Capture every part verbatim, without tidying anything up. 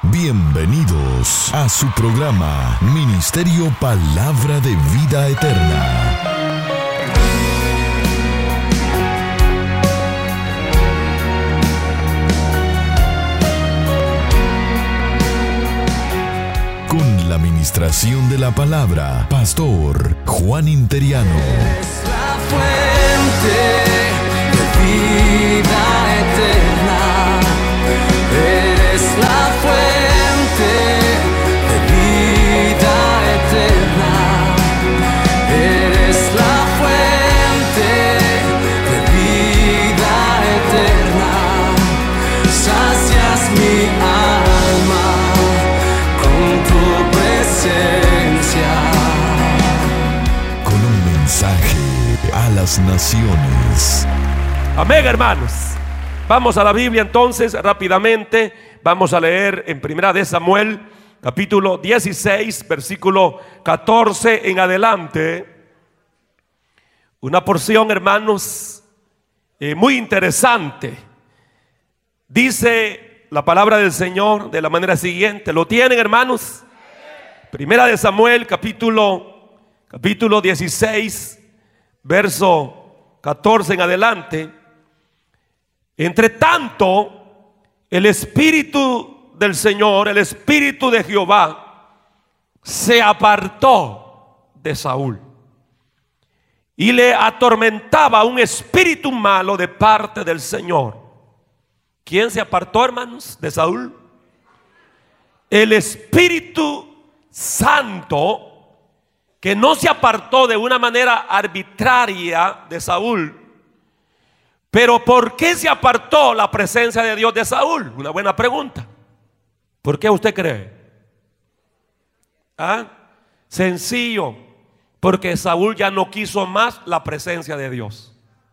Bienvenidos a su programa Ministerio Palabra de Vida Eterna. Con la administración de la palabra, Pastor Juan Interiano. Es la fuente de vida eterna. Eres la fuente de vida eterna. Eres la fuente de vida eterna. Sacias mi alma con tu presencia. Con un mensaje a las naciones. Amén, hermanos. Vamos a la Biblia entonces rápidamente. Vamos a leer en Primera de Samuel, capítulo dieciséis, versículo catorce en adelante. Una porción, hermanos, eh, muy interesante. Dice la palabra del Señor de la manera siguiente. ¿Lo tienen, hermanos? Primera de Samuel, capítulo, capítulo dieciséis, verso catorce en adelante. Entre tanto, el Espíritu del Señor, el Espíritu de Jehová, se apartó de Saúl y le atormentaba un espíritu malo de parte del Señor. ¿Quién se apartó, hermanos, de Saúl? El Espíritu Santo, que no se apartó de una manera arbitraria de Saúl. Pero ¿por qué se apartó la presencia de Dios de Saúl? Una buena pregunta. ¿Por qué usted cree? ¿Ah? Sencillo, porque Saúl ya no quiso más la presencia de Dios.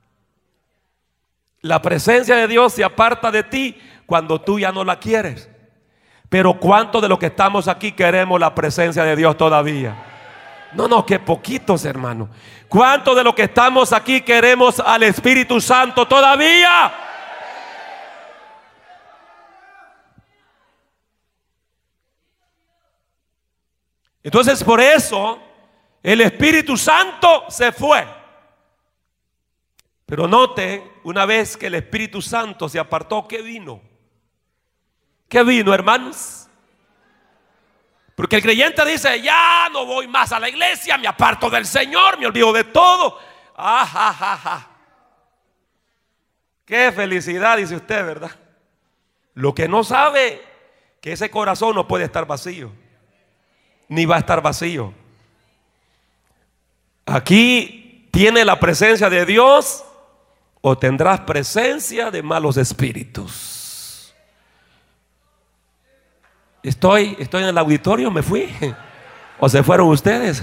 La presencia de Dios se aparta de ti cuando tú ya no la quieres. Pero ¿cuántos de los que estamos aquí queremos la presencia de Dios todavía? No, no, que poquitos, hermano. ¿Cuántos de los que estamos aquí queremos al Espíritu Santo todavía? Entonces, por eso el Espíritu Santo se fue. Pero note, una vez que el Espíritu Santo se apartó, ¿qué vino? ¿Qué vino, hermanos? Porque el creyente dice: ya no voy más a la iglesia, me aparto del Señor, me olvido de todo. Ajá, ajá, ajá. Qué felicidad, dice usted, ¿verdad? Lo que no sabe, que ese corazón no puede estar vacío, ni va a estar vacío. Aquí tiene la presencia de Dios, o tendrás presencia de malos espíritus. Estoy, estoy en el auditorio, me fui. ¿O se fueron ustedes?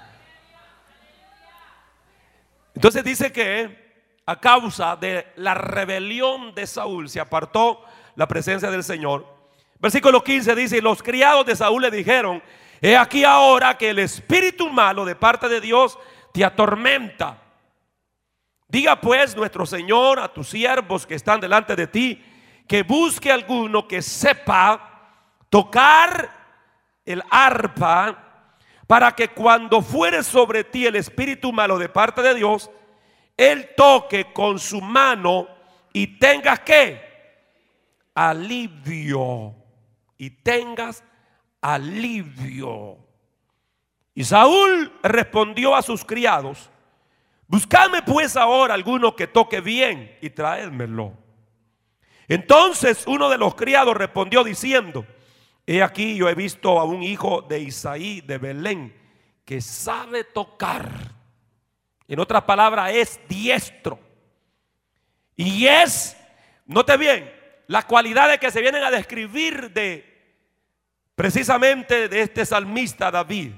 Entonces dice que a causa de la rebelión de Saúl se apartó la presencia del Señor. Versículo quince dice: y los criados de Saúl le dijeron: he aquí ahora que el espíritu malo de parte de Dios te atormenta. Diga pues nuestro Señor a tus siervos que están delante de ti, que busque alguno que sepa tocar el arpa, para que cuando fuere sobre ti el espíritu malo de parte de Dios, él toque con su mano y tengas ¿qué? Alivio. Y tengas alivio. Y Saúl respondió a sus criados: buscadme pues ahora alguno que toque bien y traédmelo. Entonces uno de los criados respondió diciendo: he aquí, yo he visto a un hijo de Isaí de Belén que sabe tocar. En otras palabras, es diestro. Y es, note bien, las cualidades que se vienen a describir de precisamente de este salmista David,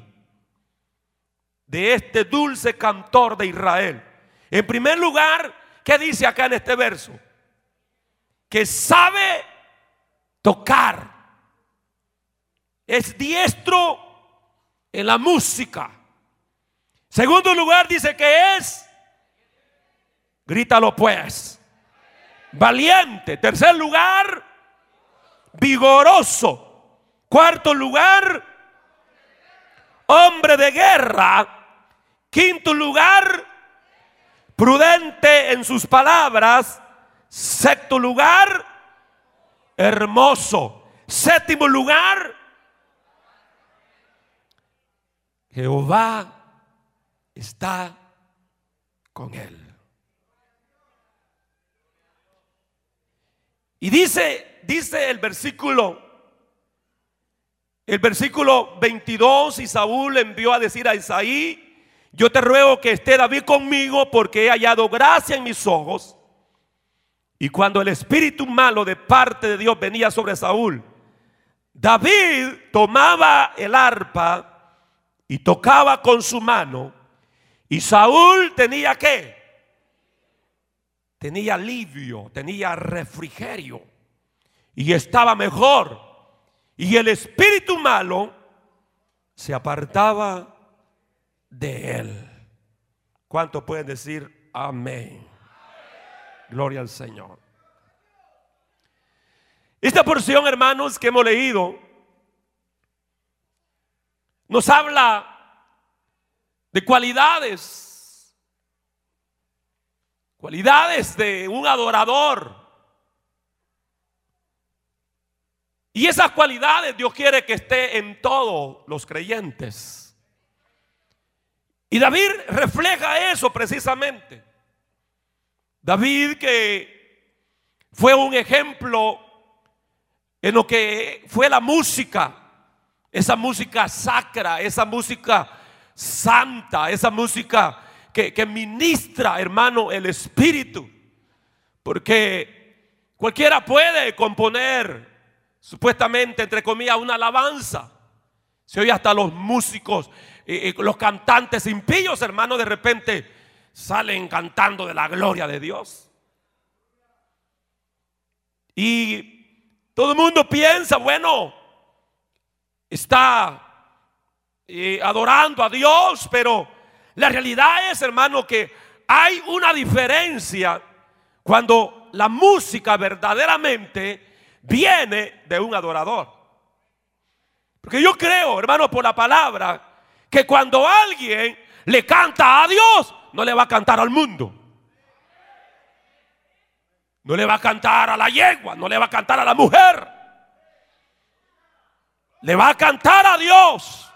de este dulce cantor de Israel. En primer lugar, ¿qué dice acá en este verso? Que sabe tocar. Es diestro en la música. Segundo lugar, dice que es, grítalo pues, valiente. Tercer lugar, vigoroso. Cuarto lugar, hombre de guerra. Quinto lugar, prudente en sus palabras. Sexto lugar, hermoso. Séptimo lugar, Jehová está con él. Y dice, dice el versículo, el versículo veintidós, y Saúl envió a decir a Isaí: yo te ruego que esté David conmigo, porque he hallado gracia en mis ojos. Y cuando el espíritu malo de parte de Dios venía sobre Saúl, David tomaba el arpa y tocaba con su mano, y Saúl tenía ¿qué? Tenía alivio, tenía refrigerio, y estaba mejor, y el espíritu malo se apartaba de él. ¿Cuántos pueden decir amén? Gloria al Señor. Esta porción, hermanos, que hemos leído nos habla de cualidades, cualidades de un adorador. Y esas cualidades Dios quiere que esté en todos los creyentes. Y David refleja eso precisamente. David, que fue un ejemplo en lo que fue la música, esa música sacra, esa música santa, esa música que, que ministra, hermano, el espíritu. Porque cualquiera puede componer, supuestamente, entre comillas, una alabanza. Se oye hasta los músicos, eh, eh, los cantantes impíos, hermano, de repente salen cantando de la gloria de Dios. Y todo el mundo piensa, bueno, está eh, adorando a Dios, pero la realidad es, hermano, que hay una diferencia cuando la música verdaderamente viene de un adorador. Porque yo creo, hermano, por la palabra, que cuando alguien le canta a Dios, no le va a cantar al mundo, no le va a cantar a la yegua, no le va a cantar a la mujer, le va a cantar a Dios.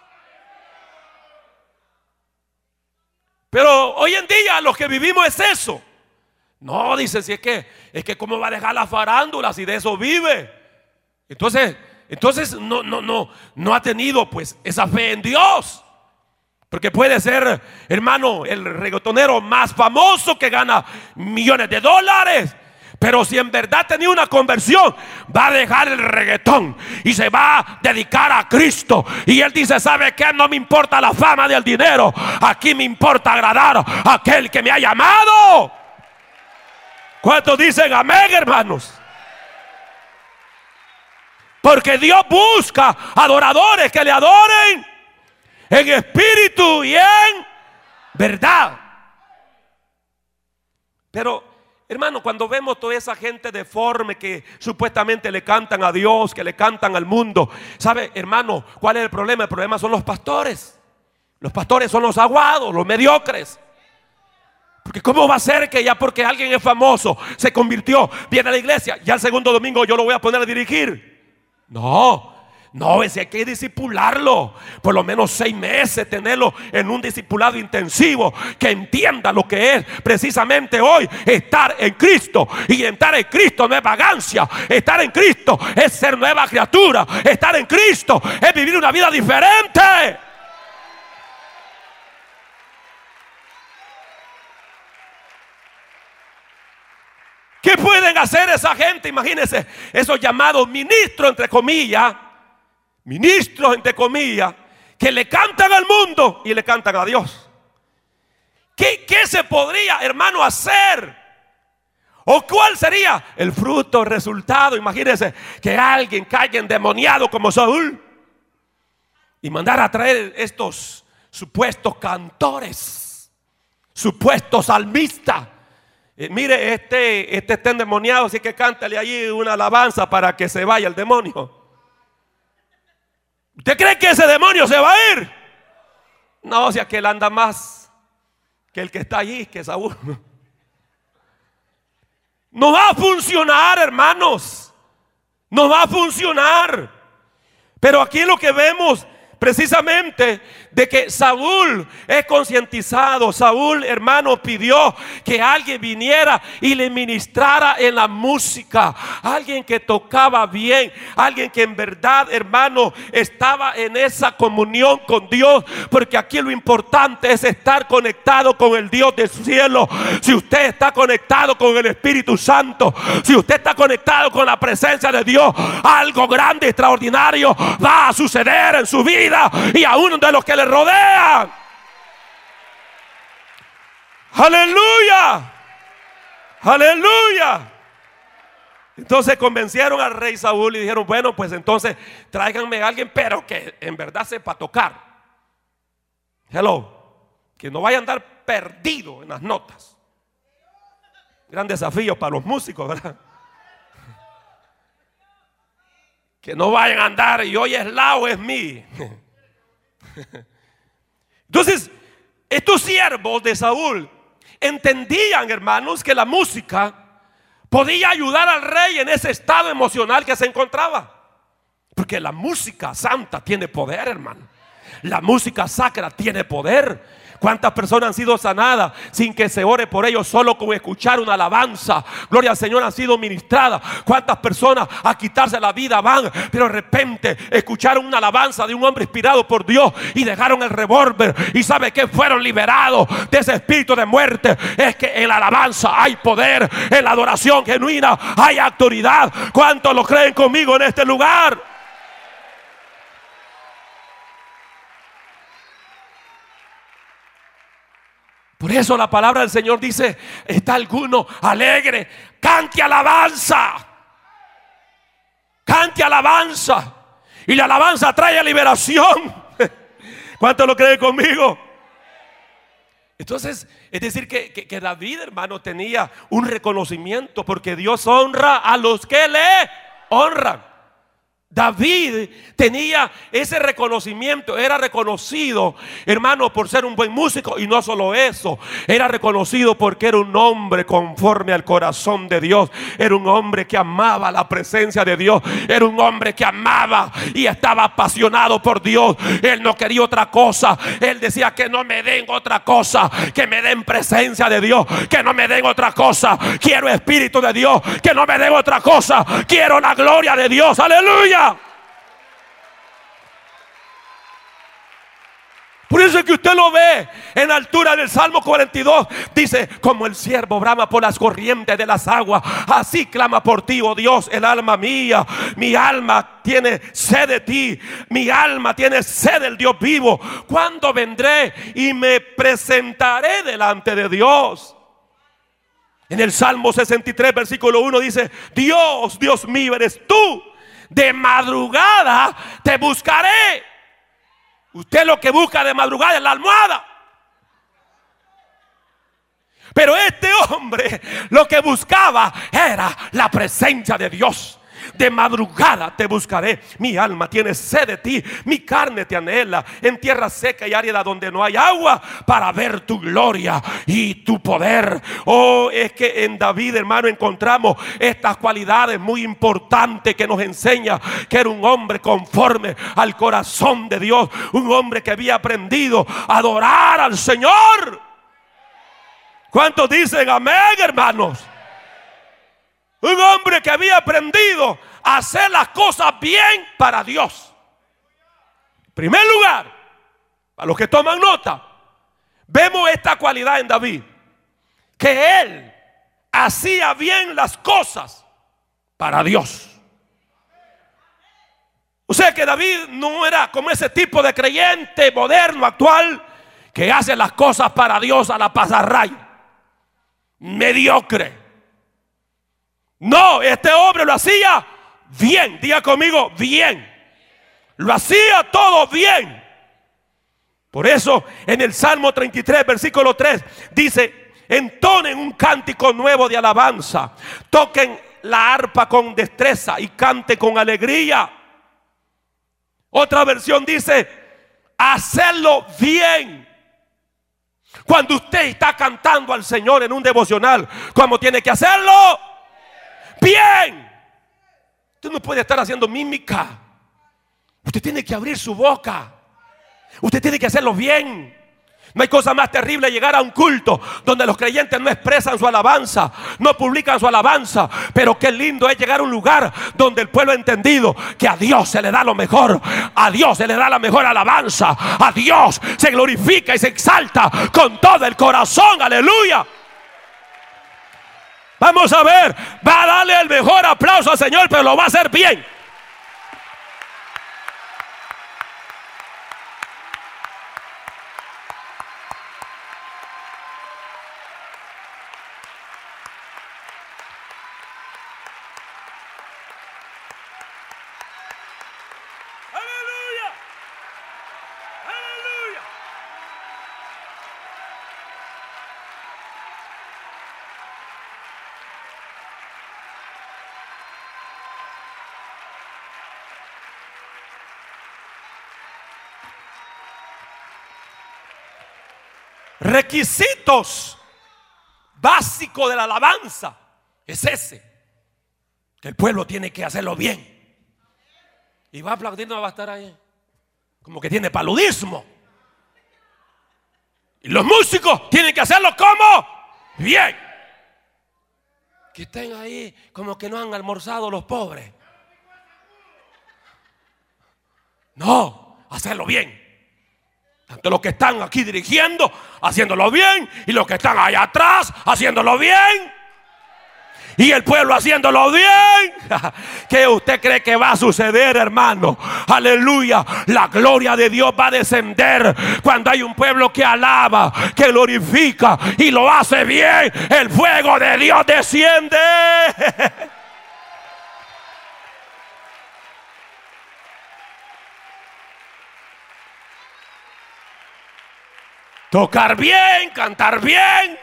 Pero hoy en día lo que vivimos es eso. No, dice, si es que es que cómo va a dejar las farándulas si de eso vive. Entonces, entonces no, no, no, no ha tenido pues esa fe en Dios. Porque puede ser, hermano, el reggaetonero más famoso que gana millones de dólares, pero si en verdad tenía una conversión, va a dejar el reggaetón y se va a dedicar a Cristo. Y él dice: ¿sabe qué? No me importa la fama del dinero, aquí me importa agradar a aquel que me ha llamado. ¿Cuántos dicen amén, hermanos? Porque Dios busca adoradores que le adoren en espíritu y en verdad. Pero, hermano, cuando vemos toda esa gente deforme que supuestamente le cantan a Dios, que le cantan al mundo, ¿sabe, hermano, cuál es el problema? El problema son los pastores. Los pastores son los aguados, los mediocres. Porque ¿cómo va a ser que ya porque alguien es famoso, se convirtió, viene a la iglesia, ya el segundo domingo yo lo voy a poner a dirigir? No. No, es que hay que discipularlo por lo menos seis meses, tenerlo en un discipulado intensivo, que entienda lo que es precisamente hoy estar en Cristo. Y estar en Cristo no es vagancia, estar en Cristo es ser nueva criatura, estar en Cristo es vivir una vida diferente. ¿Qué pueden hacer esa gente? Imagínense, esos llamados ministros, entre comillas, ministros entre comillas, que le cantan al mundo y le cantan a Dios. ¿Qué, qué se podría, hermano, hacer? ¿O cuál sería el fruto, el resultado? Imagínense que alguien caiga endemoniado como Saúl y mandar a traer estos supuestos cantores, supuestos salmistas. Eh, mire, este, este está endemoniado, así que cántale allí una alabanza para que se vaya el demonio. ¿Usted cree que ese demonio se va a ir? No, o sea que él anda más que el que está allí, que Saúl. No va a funcionar, hermanos. No va a funcionar. Pero aquí lo que vemos precisamente de que Saúl es concientizado. Saúl, hermano, pidió que alguien viniera y le ministrara en la música. Alguien que tocaba bien, alguien que en verdad, hermano, estaba en esa comunión con Dios. Porque aquí lo importante es estar conectado con el Dios del cielo. Si usted está conectado con el Espíritu Santo, si usted está conectado con la presencia de Dios, algo grande, extraordinario va a suceder en su vida y aún de los que le rodean. Aleluya, aleluya. Entonces convencieron al rey Saúl y dijeron: bueno, pues entonces tráiganme a alguien, pero que en verdad sepa tocar. Hello, que no vaya a andar perdido en las notas. Gran desafío para los músicos, ¿verdad? Que no vayan a andar y hoy es la o es mi. Entonces, estos siervos de Saúl entendían, hermanos, que la música podía ayudar al rey en ese estado emocional que se encontraba. Porque la música santa tiene poder, hermano. La música sacra tiene poder. ¿Cuántas personas han sido sanadas sin que se ore por ellos? Solo con escuchar una alabanza, gloria al Señor, han sido ministradas. ¿Cuántas personas a quitarse la vida van, pero de repente escucharon una alabanza de un hombre inspirado por Dios y dejaron el revólver? ¿Y sabe qué? Fueron liberados de ese espíritu de muerte. Es que en la alabanza hay poder, en la adoración genuina hay autoridad. ¿Cuántos lo creen conmigo en este lugar? Por eso la palabra del Señor dice: está alguno alegre, cante alabanza, cante alabanza. Y la alabanza trae liberación. ¿Cuántos lo creen conmigo? Entonces, es decir que, que, que David, hermano, tenía un reconocimiento, porque Dios honra a los que le honran. David tenía ese reconocimiento, era reconocido, hermano, por ser un buen músico. Y no solo eso, era reconocido porque era un hombre conforme al corazón de Dios. Era un hombre que amaba la presencia de Dios. Era un hombre que amaba y estaba apasionado por Dios. Él no quería otra cosa. Él decía: que no me den otra cosa, que me den presencia de Dios, que no me den otra cosa. Quiero espíritu de Dios, que no me den otra cosa. Quiero la gloria de Dios. Aleluya. Por eso es que usted lo ve en la altura del Salmo cuarenta y dos. Dice: como el siervo brama por las corrientes de las aguas, así clama por ti, oh Dios, el alma mía. Mi alma tiene sed de ti. Mi alma tiene sed del Dios vivo. ¿Cuándo vendré y me presentaré delante de Dios? En el Salmo sesenta y tres, versículo uno dice: Dios, Dios mío, eres tú. De madrugada te buscaré. Usted lo que busca de madrugada es la almohada. Pero este hombre lo que buscaba era la presencia de Dios. De madrugada te buscaré. Mi alma tiene sed de ti. Mi carne te anhela en tierra seca y árida donde no hay agua, para ver tu gloria y tu poder. Oh, es que en David, hermano, encontramos estas cualidades muy importantes que nos enseña que era un hombre conforme al corazón de Dios. Un hombre que había aprendido a adorar al Señor. ¿Cuántos dicen amén, hermanos? Un hombre que había aprendido a hacer las cosas bien para Dios. En primer lugar, para los que toman nota, vemos esta cualidad en David, que él hacía bien las cosas para Dios. O sea que David no era como ese tipo de creyente moderno, actual, que hace las cosas para Dios a la pasarraya, mediocre. No, este hombre lo hacía bien. Diga conmigo, bien. Lo hacía todo bien. Por eso en el Salmo treinta y tres, versículo tres, dice: entonen un cántico nuevo de alabanza, toquen la arpa con destreza y cante con alegría. Otra versión dice, hacerlo bien. Cuando usted está cantando al Señor en un devocional, ¿cómo tiene que hacerlo? Bien. Usted no puede estar haciendo mímica. Usted tiene que abrir su boca. Usted tiene que hacerlo bien. No hay cosa más terrible llegar a un culto donde los creyentes no expresan su alabanza, no publican su alabanza. Pero qué lindo es llegar a un lugar donde el pueblo ha entendido que a Dios se le da lo mejor, a Dios se le da la mejor alabanza, a Dios se glorifica y se exalta con todo el corazón. Aleluya. Vamos a ver, va a darle el mejor aplauso al Señor, pero lo va a hacer bien. Requisitos básicos de la alabanza es ese, que el pueblo tiene que hacerlo bien. Y va a aplaudir, no va a estar ahí como que tiene paludismo. Y los músicos tienen que hacerlo como bien. Que estén ahí como que no han almorzado los pobres. No, hacerlo bien. Tanto los que están aquí dirigiendo, haciéndolo bien, y los que están allá atrás, haciéndolo bien, y el pueblo haciéndolo bien. ¿Qué usted cree que va a suceder, hermano? Aleluya. La gloria de Dios va a descender cuando hay un pueblo que alaba, que glorifica y lo hace bien. El fuego de Dios desciende. Tocar bien, cantar bien.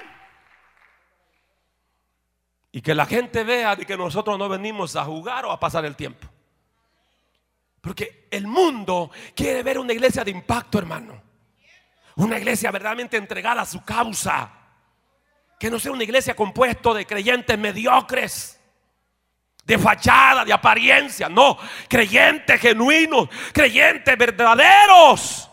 Y que la gente vea de que nosotros no venimos a jugar o a pasar el tiempo. Porque el mundo quiere ver una iglesia de impacto, hermano. Una iglesia verdaderamente entregada a su causa. Que no sea una iglesia compuesta de creyentes mediocres, de fachada, de apariencia. No, creyentes genuinos, creyentes verdaderos.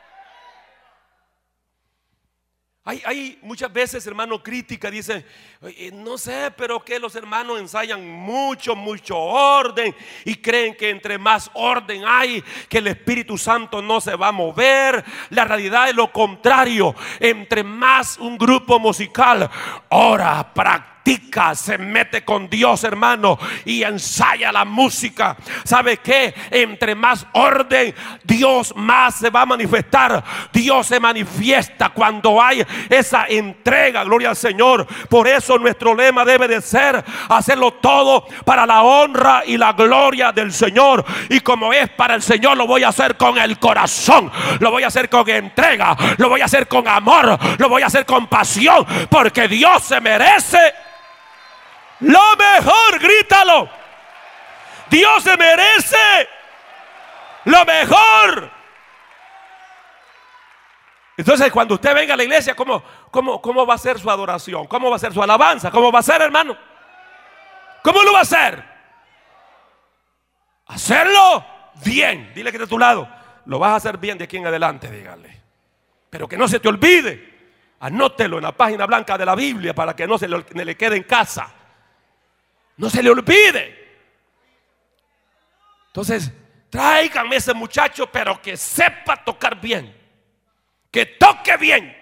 Hay, hay muchas veces, hermano, crítica, dicen, no sé, pero que los hermanos ensayan mucho, mucho orden y creen que entre más orden hay, que el Espíritu Santo no se va a mover. La realidad es lo contrario. Entre más un grupo musical ora, practica, se mete con Dios, hermano, y ensaya la música, ¿sabe qué? Entre más orden, Dios más se va a manifestar. Dios se manifiesta cuando hay esa entrega, gloria al Señor. Por eso nuestro lema debe de ser hacerlo todo para la honra y la gloria del Señor. Y como es para el Señor, lo voy a hacer con el corazón, lo voy a hacer con entrega, lo voy a hacer con amor, lo voy a hacer con pasión, porque Dios se merece lo mejor. Grítalo. Dios se merece lo mejor. Entonces, cuando usted venga a la iglesia, ¿cómo, cómo, cómo va a ser su adoración? ¿Cómo va a ser su alabanza? ¿Cómo va a ser, hermano? ¿Cómo lo va a hacer? Hacerlo bien. Dile que está a tu lado, lo vas a hacer bien de aquí en adelante, dígale. Pero que no se te olvide. Anótelo en la página blanca de la Biblia para que no se le, le quede en casa. No se le olvide. Entonces, tráiganme ese muchacho, pero que sepa tocar bien, que toque bien.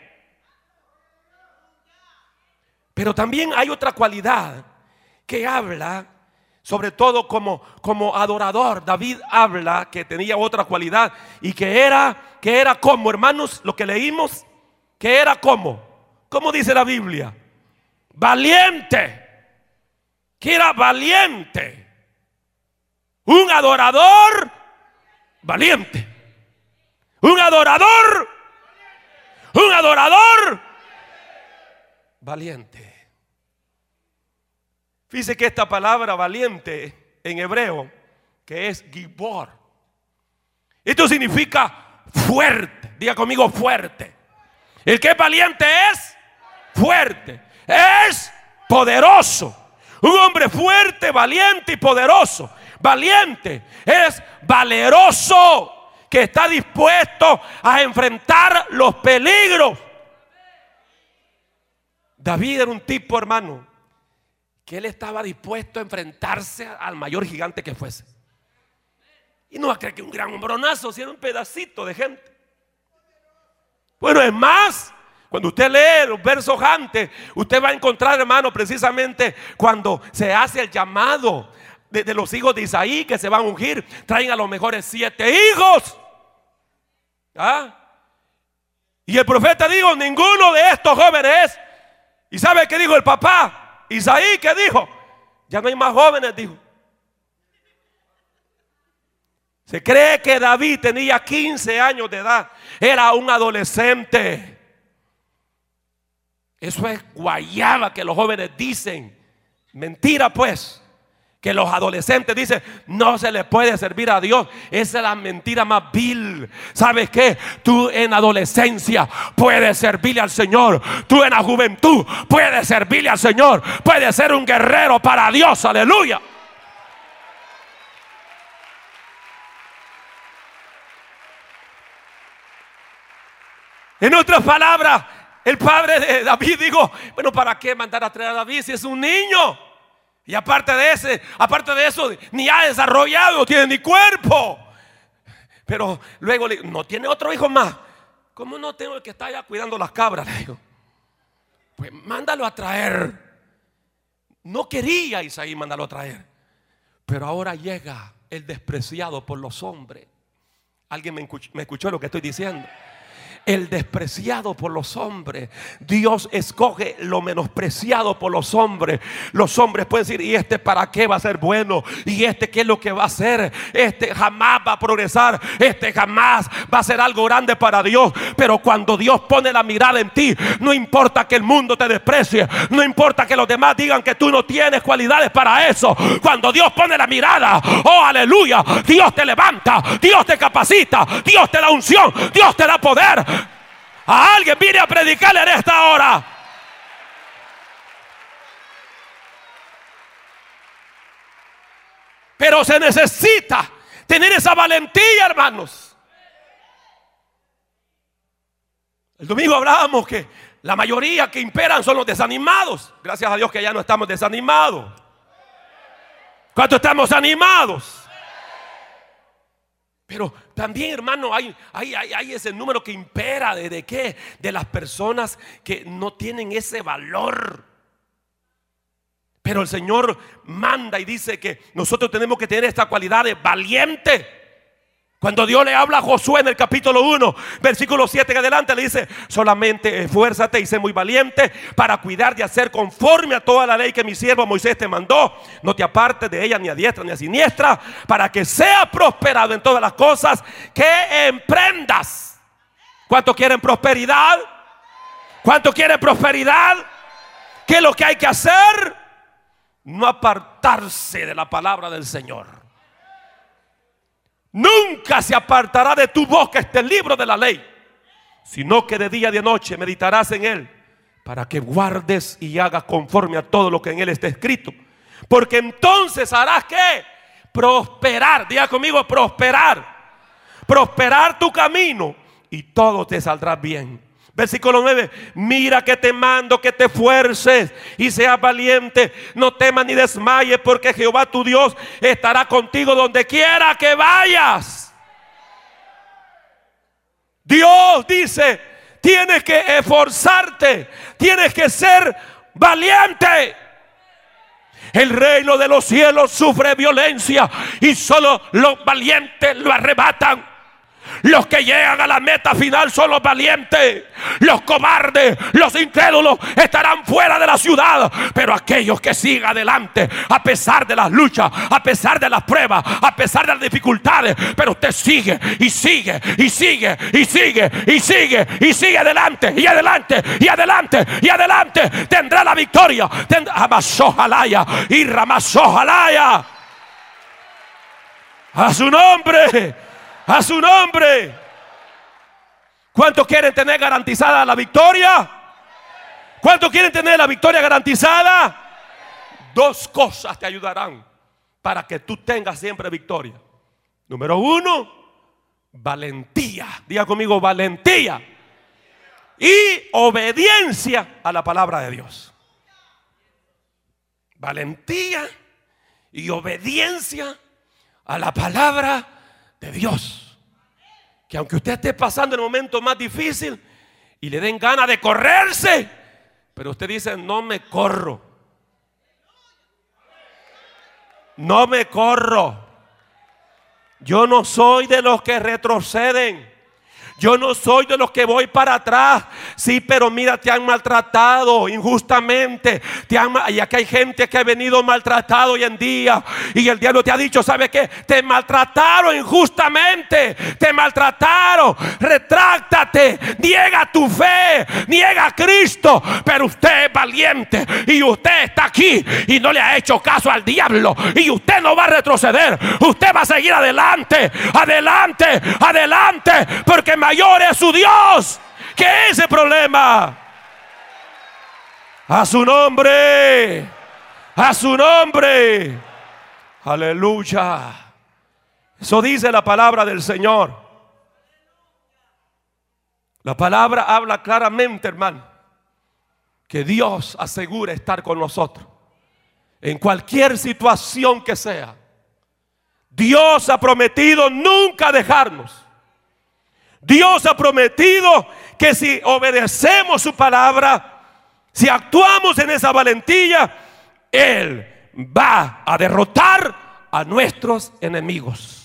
Pero también hay otra cualidad que habla, sobre todo como, como adorador. David habla que tenía otra cualidad y que era, que era como, hermanos, lo que leímos, que era como, ¿cómo dice la Biblia? Valiente. Que era valiente. Un adorador valiente. Un adorador. Un adorador valiente. Fíjese que esta palabra valiente en hebreo, que es gibor, Esto significa fuerte. Diga conmigo, fuerte. El que es valiente es fuerte, es poderoso. Un hombre fuerte, valiente y poderoso. Valiente es valeroso, que está dispuesto a enfrentar los peligros. David era un tipo, hermano, que él estaba dispuesto a enfrentarse al mayor gigante que fuese. Y no va a creer que un gran hombronazo, si era un pedacito de gente. Bueno, es más, cuando usted lee los versos antes, usted va a encontrar, hermano, precisamente cuando se hace el llamado de, de los hijos de Isaí que se van a ungir. Traen a los mejores siete hijos. ¿Ah? Y el profeta dijo, ninguno de estos jóvenes. ¿Y sabe qué dijo el papá? Isaí, ¿qué dijo? Ya no hay más jóvenes, dijo. Se cree que David tenía quince años de edad. Era un adolescente. Eso es guayaba que los jóvenes dicen. Mentira, pues. Que los adolescentes dicen, no se les puede servir a Dios. Esa es la mentira más vil. ¿Sabes qué? Tú en adolescencia puedes servirle al Señor. Tú en la juventud puedes servirle al Señor. Puedes ser un guerrero para Dios. Aleluya. En otras palabras, el padre de David dijo, bueno, ¿para qué mandar a traer a David si es un niño? Y aparte de ese, aparte de eso, ni ha desarrollado, no tiene ni cuerpo. Pero luego le digo, ¿no tiene otro hijo más? ¿Cómo no tengo el que está allá cuidando las cabras? Le digo, pues mándalo a traer. No quería Isaí mandarlo a traer. Pero ahora llega el despreciado por los hombres. ¿Alguien me escuchó, me escuchó lo que estoy diciendo? El despreciado por los hombres. Dios escoge lo menospreciado por los hombres. Los hombres pueden decir, ¿y este para qué va a ser bueno? ¿Y este qué es lo que va a hacer? Este jamás va a progresar. Este jamás va a ser algo grande para Dios. Pero cuando Dios pone la mirada en ti, no importa que el mundo te desprecie, no importa que los demás digan que tú no tienes cualidades para eso. Cuando Dios pone la mirada, oh aleluya, Dios te levanta, Dios te capacita, Dios te da unción, Dios te da poder. A alguien vine a predicarle en esta hora. Pero se necesita tener esa valentía, hermanos. El domingo hablábamos que la mayoría que imperan son los desanimados. Gracias a Dios que ya no estamos desanimados. ¿Cuántos estamos animados? Pero también, hermano, hay, hay, hay, hay ese número que impera de, de qué, de las personas que no tienen ese valor. Pero el Señor manda y dice que nosotros tenemos que tener esta cualidad de valiente. Cuando Dios le habla a Josué en el capítulo uno, versículo siete en adelante, le dice, solamente esfuérzate y sé muy valiente para cuidar de hacer conforme a toda la ley que mi siervo Moisés te mandó. No te apartes de ella ni a diestra ni a siniestra, para que sea prosperado en todas las cosas que emprendas. ¿Cuántos quieren prosperidad? ¿Cuántos quieren prosperidad? ¿Qué es lo que hay que hacer? No apartarse de la palabra del Señor. Nunca se apartará de tu boca este libro de la ley, sino que de día y de noche meditarás en él, para que guardes y hagas conforme a todo lo que en él está escrito. Porque entonces harás ¿qué? Prosperar. Diga conmigo, prosperar. Prosperar tu camino y todo te saldrá bien. Versículo nueve, mira que te mando que te esfuerces y seas valiente, no temas ni desmayes, porque Jehová tu Dios estará contigo donde quiera que vayas. Dios dice, tienes que esforzarte, tienes que ser valiente. El reino de los cielos sufre violencia y solo los valientes lo arrebatan. Los que llegan a la meta final son los valientes. Los cobardes, los incrédulos estarán fuera de la ciudad. Pero aquellos que siguen adelante, a pesar de las luchas, a pesar de las pruebas, a pesar de las dificultades, pero usted sigue y sigue y sigue y sigue y sigue y sigue adelante y adelante y adelante y adelante, tendrá la victoria. Amasojalaya y Ramasojalaya. A su nombre. A su nombre. ¿Cuántos quieren tener garantizada la victoria? ¿Cuántos quieren tener la victoria garantizada? Dos cosas te ayudarán para que tú tengas siempre victoria. Número uno, valentía. Diga conmigo, valentía. Y obediencia a la palabra de Dios. Valentía y obediencia a la palabra de Dios. Que aunque usted esté pasando el momento más difícil y le den ganas de correrse, pero usted dice: no me corro, no me corro. Yo no soy de los que retroceden. Yo no soy de los que voy para atrás. Sí, pero mira, te han maltratado injustamente. Te han, y aquí hay gente que ha venido maltratado hoy en día. Y el diablo te ha dicho: ¿sabe qué? Te maltrataron injustamente. Te maltrataron. Retráctate. Niega tu fe. Niega a Cristo. Pero usted es valiente. Y usted está aquí. Y no le ha hecho caso al diablo. Y usted no va a retroceder. Usted va a seguir adelante. Adelante. Adelante. Porque mayor es su Dios que ese problema. A su nombre, a su nombre. Aleluya. Eso dice la palabra del Señor. La palabra habla claramente, hermano, que Dios asegura estar con nosotros en cualquier situación que sea. Dios ha prometido nunca dejarnos. Dios ha prometido que si obedecemos su palabra, si actuamos en esa valentía, Él va a derrotar a nuestros enemigos.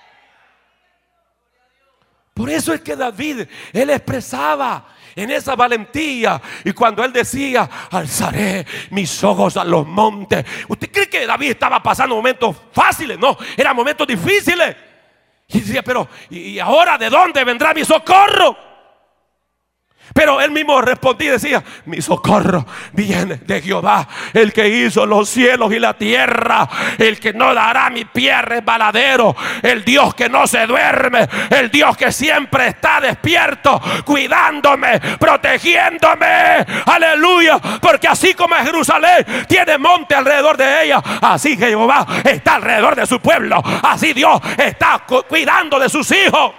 Por eso es que David, él expresaba en esa valentía. Y cuando él decía: alzaré mis ojos a los montes. ¿Usted cree que David estaba pasando momentos fáciles? No, eran momentos difíciles. Y decía: pero ¿y ahora de dónde vendrá mi socorro? Pero él mismo respondía y decía: mi socorro viene de Jehová, el que hizo los cielos y la tierra, el que no dará mi pie resbaladero, el Dios que no se duerme, el Dios que siempre está despierto, cuidándome, protegiéndome. Aleluya. Porque así como Jerusalén tiene monte alrededor de ella, así Jehová está alrededor de su pueblo. Así Dios está cuidando de sus hijos.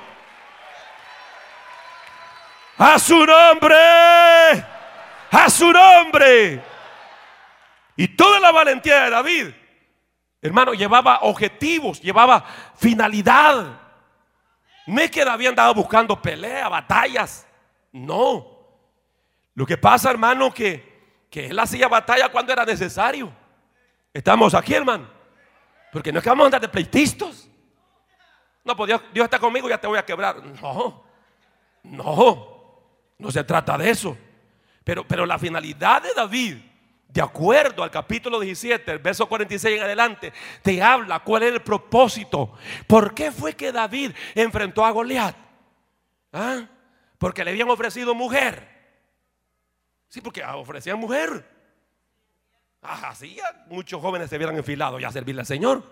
A su nombre, a su nombre. Y toda la valentía de David, hermano, llevaba objetivos, llevaba finalidad. No es que David andaba buscando peleas, batallas. No. Lo que pasa, hermano, que, que él hacía batalla cuando era necesario. Estamos aquí, hermano. Porque no es que vamos a andar de pleitistas. No, pues Dios, Dios está conmigo, ya te voy a quebrar. No, no. No se trata de eso. Pero, pero la finalidad de David, de acuerdo al capítulo diecisiete, el verso cuarenta y seis en adelante, te habla cuál es el propósito. ¿Por qué fue que David enfrentó a Goliat? ¿Ah? Porque le habían ofrecido mujer. Sí, porque ofrecían mujer. Ah, así ya muchos jóvenes se hubieran enfilado ya a servirle al Señor.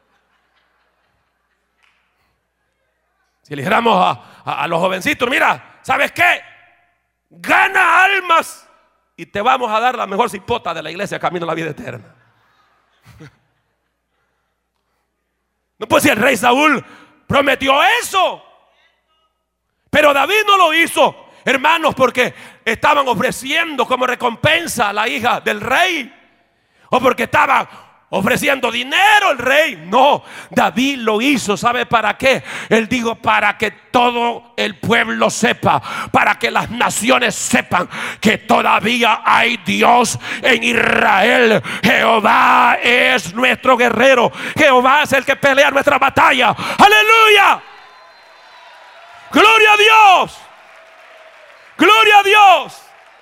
Si le dijéramos a, a, a los jovencitos: mira, ¿sabes qué? Gana almas y te vamos a dar la mejor cipota de la iglesia, camino a la vida eterna. No, pues si el rey Saúl prometió eso, pero David no lo hizo, hermanos, porque estaban ofreciendo como recompensa a la hija del rey, o porque estaba ofreciendo dinero el rey. No, David lo hizo, ¿sabe para qué? Él dijo: para que todo el pueblo sepa, para que las naciones sepan que todavía hay Dios en Israel. Jehová es nuestro guerrero, Jehová es el que pelea nuestra batalla. ¡Aleluya! ¡Gloria a Dios! ¡Gloria a Dios!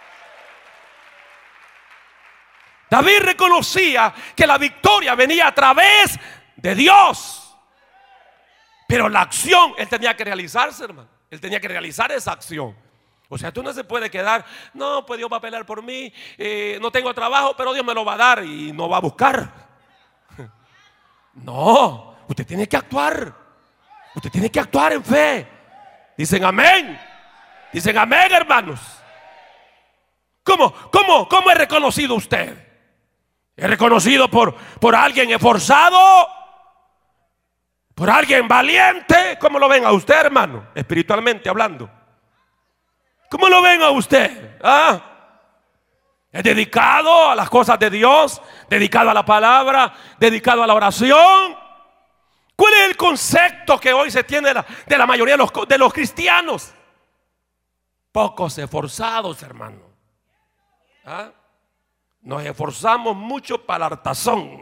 David reconocía que la victoria venía a través de Dios. Pero la acción, él tenía que realizarse, hermano. Él tenía que realizar esa acción. O sea, tú no se puede quedar: no, pues Dios va a pelear por mí, eh, no tengo trabajo, pero Dios me lo va a dar, y no va a buscar. No, usted tiene que actuar. Usted tiene que actuar en fe. Dicen amén. Dicen amén, hermanos. ¿Cómo, cómo, cómo es reconocido usted? ¿Es reconocido por, por alguien esforzado? ¿Por alguien valiente? ¿Cómo lo ven a usted, hermano? Espiritualmente hablando. ¿Cómo lo ven a usted? ¿Ah? ¿Es dedicado a las cosas de Dios? ¿Dedicado a la palabra? ¿Dedicado a la oración? ¿Cuál es el concepto que hoy se tiene de la, de la mayoría de los, de los cristianos? Pocos esforzados, hermano. ¿Ah? Nos esforzamos mucho para la hartazón.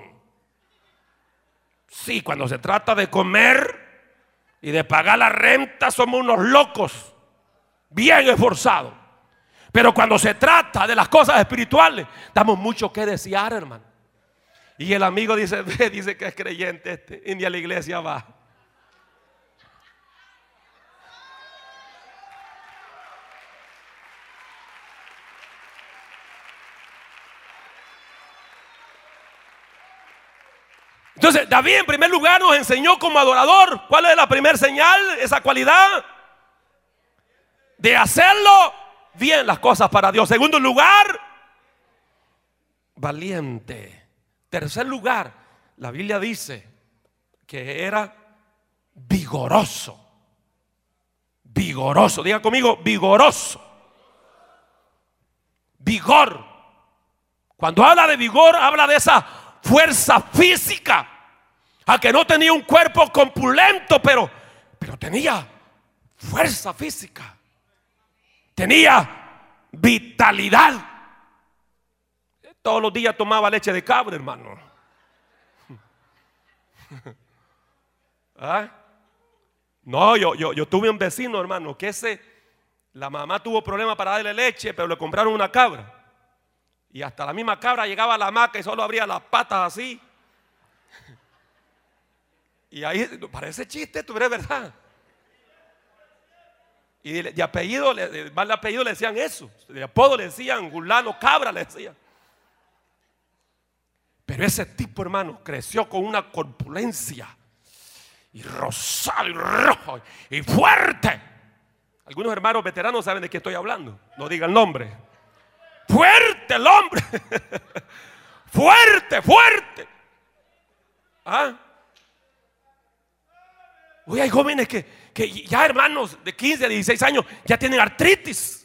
Sí, cuando se trata de comer y de pagar la renta somos unos locos, bien esforzados. Pero cuando se trata de las cosas espirituales, damos mucho que desear, hermano. Y el amigo dice, dice que es creyente este, y ni a la iglesia va. Entonces David en primer lugar nos enseñó como adorador. ¿Cuál es la primera señal? Esa cualidad de hacerlo bien las cosas para Dios. Segundo lugar, valiente. Tercer lugar, la Biblia dice que era vigoroso. Vigoroso, diga conmigo, vigoroso. Vigor. Cuando habla de vigor, habla de esa fuerza física. A que no tenía un cuerpo corpulento, pero, pero tenía fuerza física. Tenía vitalidad. Todos los días tomaba leche de cabra, hermano. ¿Ah? No, yo, yo, yo tuve un vecino, hermano, que ese, la mamá tuvo problemas para darle leche, pero le compraron una cabra. Y hasta la misma cabra llegaba a la hamaca y solo abría las patas así. Y ahí, parece chiste esto, pero es verdad. Y de, de apellido, de mal apellido le decían eso. De apodo le decían Gulano Cabra, le decían. Pero ese tipo, hermano, creció con una corpulencia. Y rosado y rojo y fuerte. Algunos hermanos veteranos saben de qué estoy hablando. No digan el nombre. Fuerte el hombre. Fuerte, fuerte. ¿Ah? Hoy hay jóvenes que, que ya, hermanos de quince, dieciséis años, ya tienen artritis.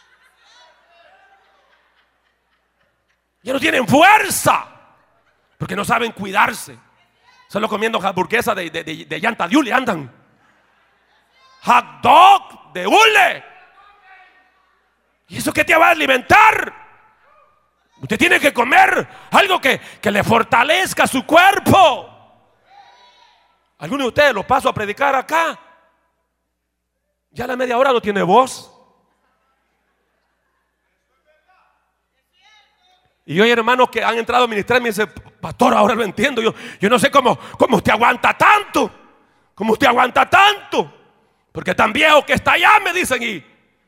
Ya no tienen fuerza. Porque no saben cuidarse. Solo comiendo hamburguesas de, de, de, de llanta de hule andan. Hot dog de hule. ¿Y eso qué te va a alimentar? Usted tiene que comer algo que, que le fortalezca su cuerpo. Algunos de ustedes los paso a predicar acá. Ya a la media hora no tiene voz. Y yo hay hermanos que han entrado a ministrar y me dicen, pastor, ahora lo entiendo. Yo, yo no sé cómo, cómo usted aguanta tanto. Cómo usted aguanta tanto. Porque tan viejo que está allá, me dicen. Y,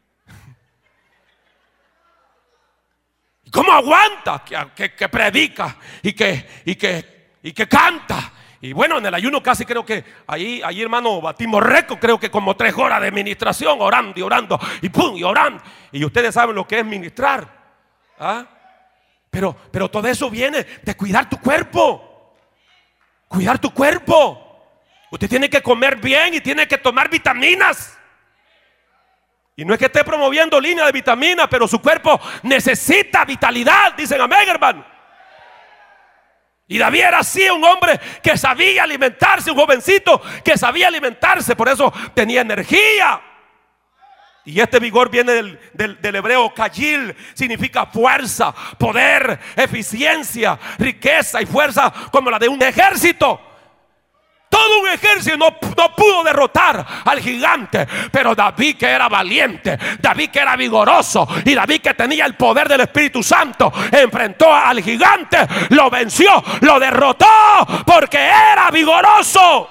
¿y cómo aguanta? Que, que, que predica y que, y, que, y que canta. Y bueno, en el ayuno casi creo que ahí, ahí hermano, batimos récord. Creo que como tres horas de ministración, orando y orando y pum, y orando. Y ustedes saben lo que es ministrar. ¿Ah? Pero, pero todo eso viene de cuidar tu cuerpo. Cuidar tu cuerpo. Usted tiene que comer bien y tiene que tomar vitaminas. Y no es que esté promoviendo línea de vitaminas, pero su cuerpo necesita vitalidad. Dicen amén, hermano. Y David era así, un hombre que sabía alimentarse, un jovencito que sabía alimentarse. Por eso tenía energía. Y este vigor viene del, del, del hebreo kayil, significa fuerza, poder, eficiencia, riqueza y fuerza como la de un ejército. Todo un ejército no, no pudo derrotar al gigante, pero David, que era valiente, David que era vigoroso y David que tenía el poder del Espíritu Santo, enfrentó al gigante, lo venció, lo derrotó porque era vigoroso.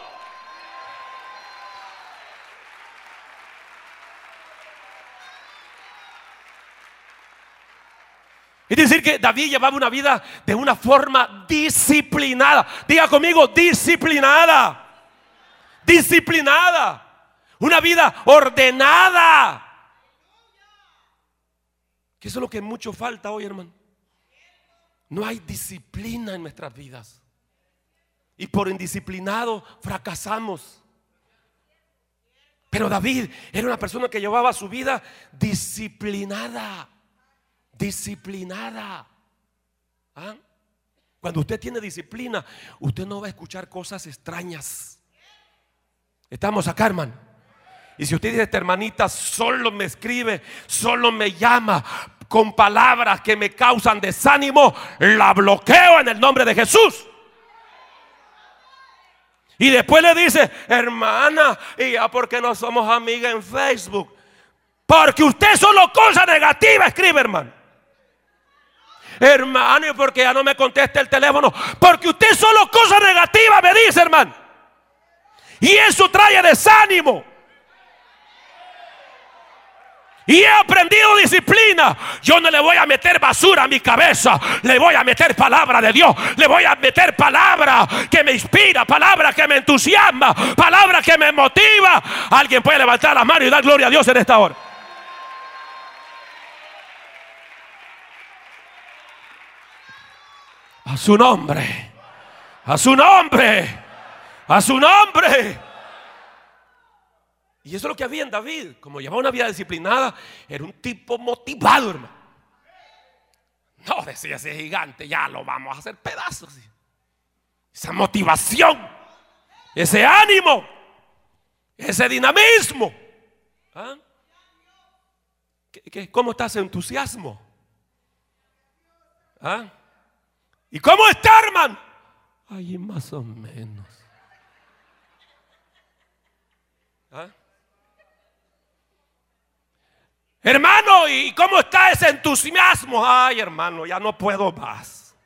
Es decir que David llevaba una vida de una forma disciplinada. Diga conmigo, disciplinada. disciplinada, una vida ordenada. Que eso es lo que mucho falta hoy, hermano. No hay disciplina en nuestras vidas. Y por indisciplinado fracasamos. Pero David era una persona que llevaba su vida disciplinada. Disciplinada. ¿Ah? Cuando usted tiene disciplina, usted no va a escuchar cosas extrañas. Estamos acá, hermano. Y si usted dice, esta hermanita solo me escribe, solo me llama con palabras que me causan desánimo, la bloqueo en el nombre de Jesús. Y después le dice, hermana, ¿y ya por qué no somos amigas en Facebook? Porque usted solo cosa negativa escribe, hermano. Hermano, ¿y por qué ya no me contesta el teléfono? Porque usted solo cosa negativa me dice, hermano. Y eso trae desánimo. Y he aprendido disciplina. Yo no le voy a meter basura a mi cabeza. Le voy a meter palabra de Dios. Le voy a meter palabra que me inspira, palabra que me entusiasma, palabra que me motiva. Alguien puede levantar las manos y dar gloria a Dios en esta hora. A su nombre. A su nombre. A su nombre. Y eso es lo que había en David. Como llevaba una vida disciplinada, era un tipo motivado, hermano. No decía ese gigante, ya lo vamos a hacer pedazos. Esa motivación, ese ánimo, ese dinamismo. ¿Ah? ¿Qué, qué, ¿Cómo está ese entusiasmo? ¿Ah? ¿Y cómo está, hermano? Ahí más o menos. ¿Ah? Hermano, ¿y cómo está ese entusiasmo? Ay, hermano, ya no puedo más.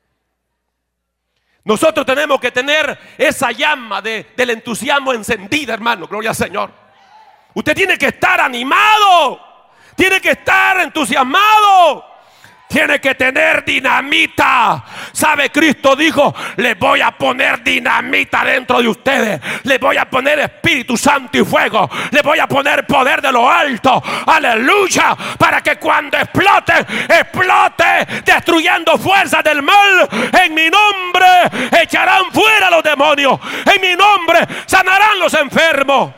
Nosotros tenemos que tener esa llama de, del entusiasmo encendida, hermano. Gloria al Señor. Usted tiene que estar animado. Tiene que estar entusiasmado. Tiene que tener dinamita. ¿Sabe? Cristo dijo, les voy a poner dinamita dentro de ustedes. Les voy a poner Espíritu Santo y fuego. Les voy a poner poder de lo alto. Aleluya. Para que cuando explote, explote destruyendo fuerzas del mal. En mi nombre echarán fuera los demonios. En mi nombre sanarán los enfermos.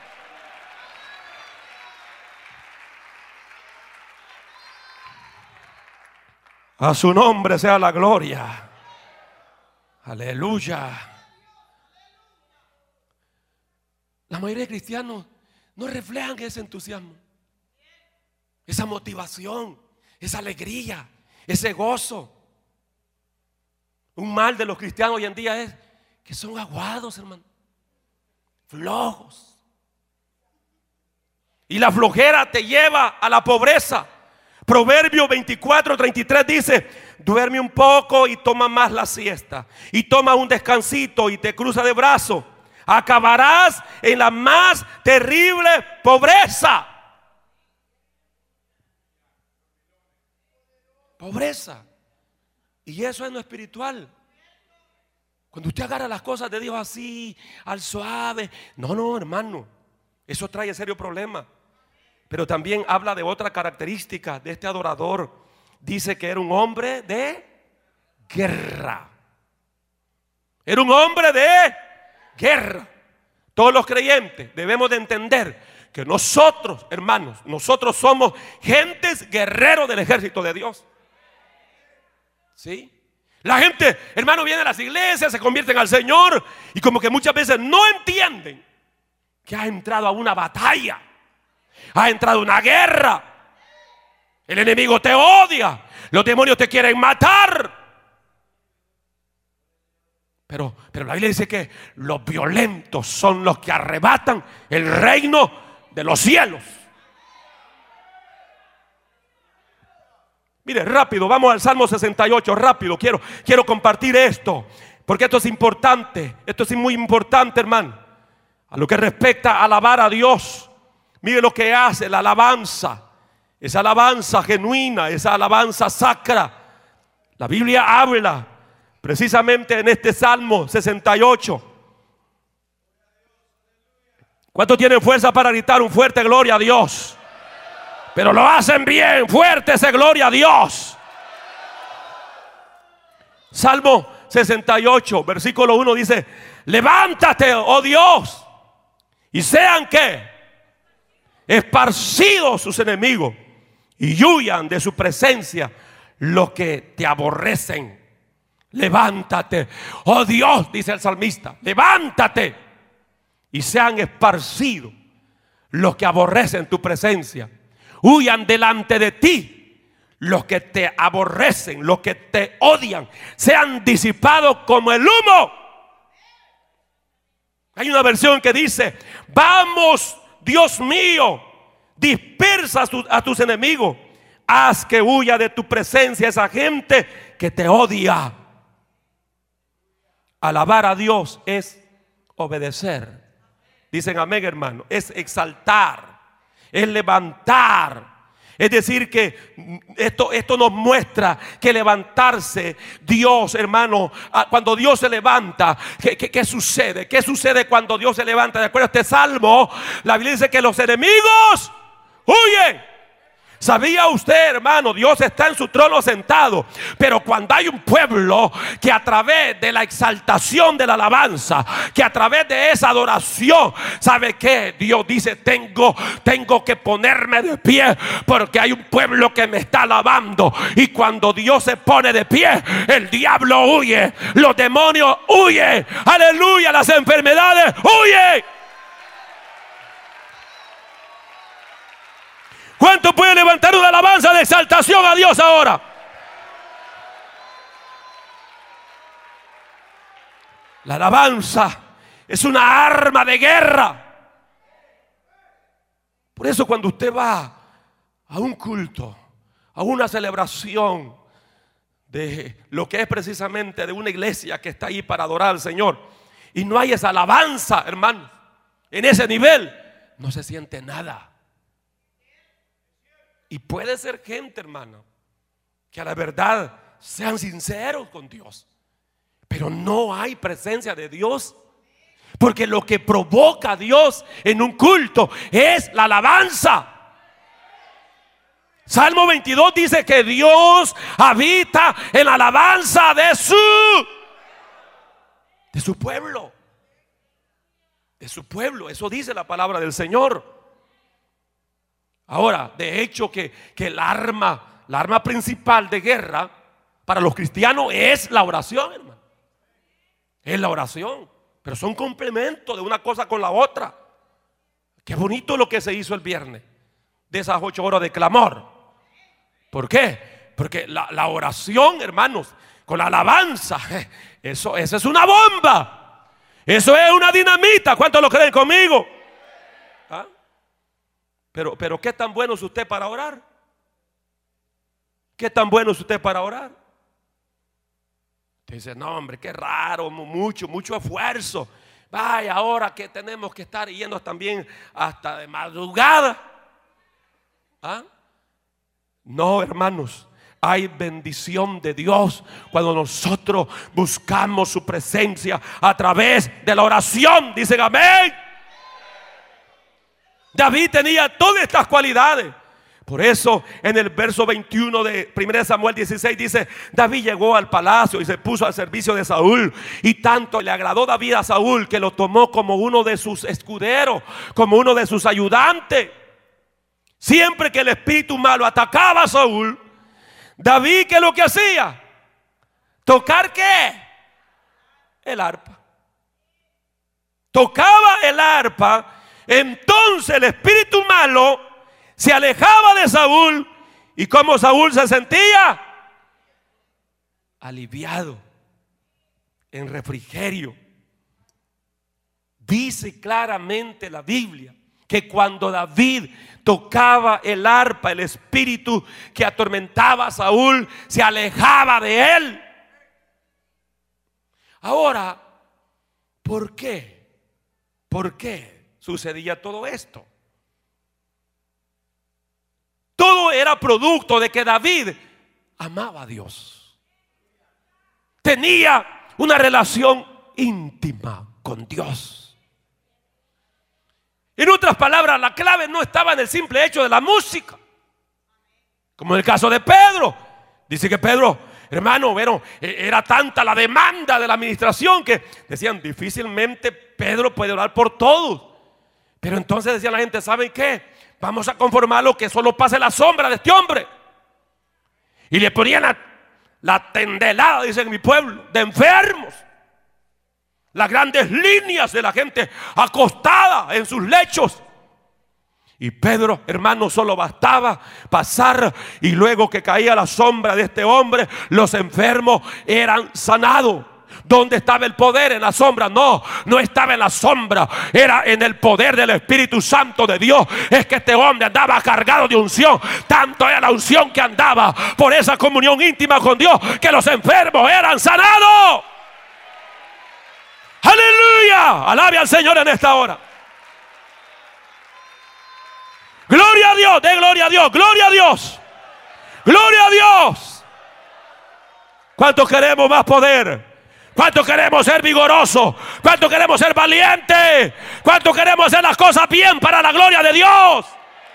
A su nombre sea la gloria. Aleluya. La mayoría de cristianos no reflejan ese entusiasmo, esa motivación, esa alegría, ese gozo. Un mal de los cristianos hoy en día es que son aguados, hermano, flojos. Y la flojera te lleva a la pobreza. Proverbio veinticuatro, treinta y tres dice, duerme un poco y toma más la siesta, y toma un descansito y te cruza de brazo. Acabarás en la más terrible pobreza. Pobreza. Y eso es lo espiritual. Cuando usted agarra las cosas de Dios así, al suave. No, no, hermano. Eso trae serio problema. Pero también habla de otra característica de este adorador. Dice que era un hombre de guerra. Era un hombre de guerra. Todos los creyentes debemos de entender que nosotros, hermanos, nosotros somos gentes guerreros del ejército de Dios. ¿Sí? La gente, hermano, viene a las iglesias, se convierten al Señor y como que muchas veces no entienden que ha entrado a una batalla. Ha entrado una guerra. El enemigo te odia. Los demonios te quieren matar. Pero, pero la Biblia dice que los violentos son los que arrebatan el reino de los cielos. Mire, rápido, vamos al Salmo sesenta y ocho. Rápido, quiero, quiero compartir esto, porque esto es importante. Esto es muy importante, hermano, a lo que respecta a alabar a Dios. Mire lo que hace la alabanza. Esa alabanza genuina, esa alabanza sacra. La Biblia habla precisamente en este Salmo sesenta y ocho ¿Cuántos tienen fuerza para gritar un fuerte gloria a Dios? Pero lo hacen bien, fuerte ese gloria a Dios. Salmo sesenta y ocho, versículo uno dice: levántate, oh Dios, y sean que esparcidos sus enemigos, y huyan de su presencia los que te aborrecen. Levántate, oh Dios, dice el salmista, levántate y sean esparcidos los que aborrecen tu presencia. Huyan delante de ti los que te aborrecen, los que te odian, sean disipados como el humo. Hay una versión que dice: vamos, Dios mío, dispersa a, tu, a tus enemigos, haz que huya de tu presencia esa gente que te odia. Alabar a Dios es obedecer. Dicen amén, hermano. Es exaltar, es levantar. Es decir que esto, esto nos muestra que levantarse, Dios, hermano, cuando Dios se levanta, ¿qué, qué, qué sucede? ¿Qué sucede cuando Dios se levanta? De acuerdo a este salmo, la Biblia dice que los enemigos huyen. ¿Sabía usted, hermano? Dios está en su trono sentado, pero cuando hay un pueblo que a través de la exaltación de la alabanza, que a través de esa adoración, ¿sabe qué? Dios dice: tengo, tengo que ponerme de pie, porque hay un pueblo que me está alabando. Y cuando Dios se pone de pie, el diablo huye, los demonios huyen, aleluya, las enfermedades huyen. ¿Cuánto puede levantar una alabanza de exaltación a Dios ahora? La alabanza es una arma de guerra. Por eso cuando usted va a un culto, a una celebración de lo que es precisamente de una iglesia que está ahí para adorar al Señor, y no hay esa alabanza, hermano, en ese nivel, no se siente nada. Y puede ser gente, hermano, que a la verdad sean sinceros con Dios, pero no hay presencia de Dios. Porque lo que provoca a Dios en un culto es la alabanza. Salmo veintidós dice que Dios habita en la alabanza de su de su pueblo. De su pueblo, eso dice la palabra del Señor. Ahora, de hecho que, que el arma, la arma principal de guerra para los cristianos es la oración, hermano. Es la oración, pero son complementos de una cosa con la otra. Qué bonito lo que se hizo el viernes, de esas ocho horas de clamor. ¿Por qué? Porque la, la oración, hermanos, con la alabanza, eso, eso es una bomba. Eso es una dinamita. ¿Cuántos lo creen conmigo? ¿Ah? Pero, pero ¿qué tan bueno es usted para orar? ¿Qué tan bueno es usted para orar? Usted dice: no, hombre, qué raro, mucho, mucho esfuerzo. Vaya, ahora que tenemos que estar yendo también hasta de madrugada. ¿Ah? No, hermanos, hay bendición de Dios cuando nosotros buscamos su presencia a través de la oración. Dicen amén. David tenía todas estas cualidades. Por eso en el verso veintiuno de primera de Samuel dieciséis dice: David llegó al palacio y se puso al servicio de Saúl, y tanto le agradó David a Saúl que lo tomó como uno de sus escuderos, como uno de sus ayudantes. Siempre que el espíritu malo atacaba a Saúl, David, ¿qué es lo que hacía? ¿Tocar qué? El arpa. Tocaba el arpa. Entonces el espíritu malo se alejaba de Saúl. ¿Y cómo Saúl se sentía? Aliviado, en refrigerio. Dice claramente la Biblia que cuando David tocaba el arpa, el espíritu que atormentaba a Saúl se alejaba de él. Ahora, ¿por qué? ¿Por qué sucedía todo esto? Todo era producto de que David amaba a Dios. Tenía una relación íntima con Dios. otras palabras, la clave no estaba en el simple hecho de la música, como en el caso de Pedro. Dice que Pedro, hermano, bueno, era tanta la demanda de la administración que decían, difícilmente Pedro puede orar por todos. Pero entonces decía la gente, ¿saben qué? Vamos a conformarlo que solo pase la sombra de este hombre. Y le ponían la, la tendelada, dice en mi pueblo, de enfermos. Las grandes líneas de la gente acostada en sus lechos. Y Pedro, hermano, solo bastaba pasar, y luego que caía la sombra de este hombre, los enfermos eran sanados. ¿Dónde estaba el poder? En la sombra. No, no estaba en la sombra, era en el poder del Espíritu Santo de Dios. Es que este hombre andaba cargado de unción. Tanto era la unción que andaba por esa comunión íntima con Dios, que los enfermos eran sanados. ¡Aleluya! Alabe al Señor en esta hora. Gloria a Dios, de gloria a Dios, gloria a Dios, gloria a Dios. ¿Cuántos queremos más poder? ¿Cuántos queremos ser vigorosos? ¿Cuántos queremos ser valientes? ¿Cuántos queremos hacer las cosas bien para la gloria de Dios?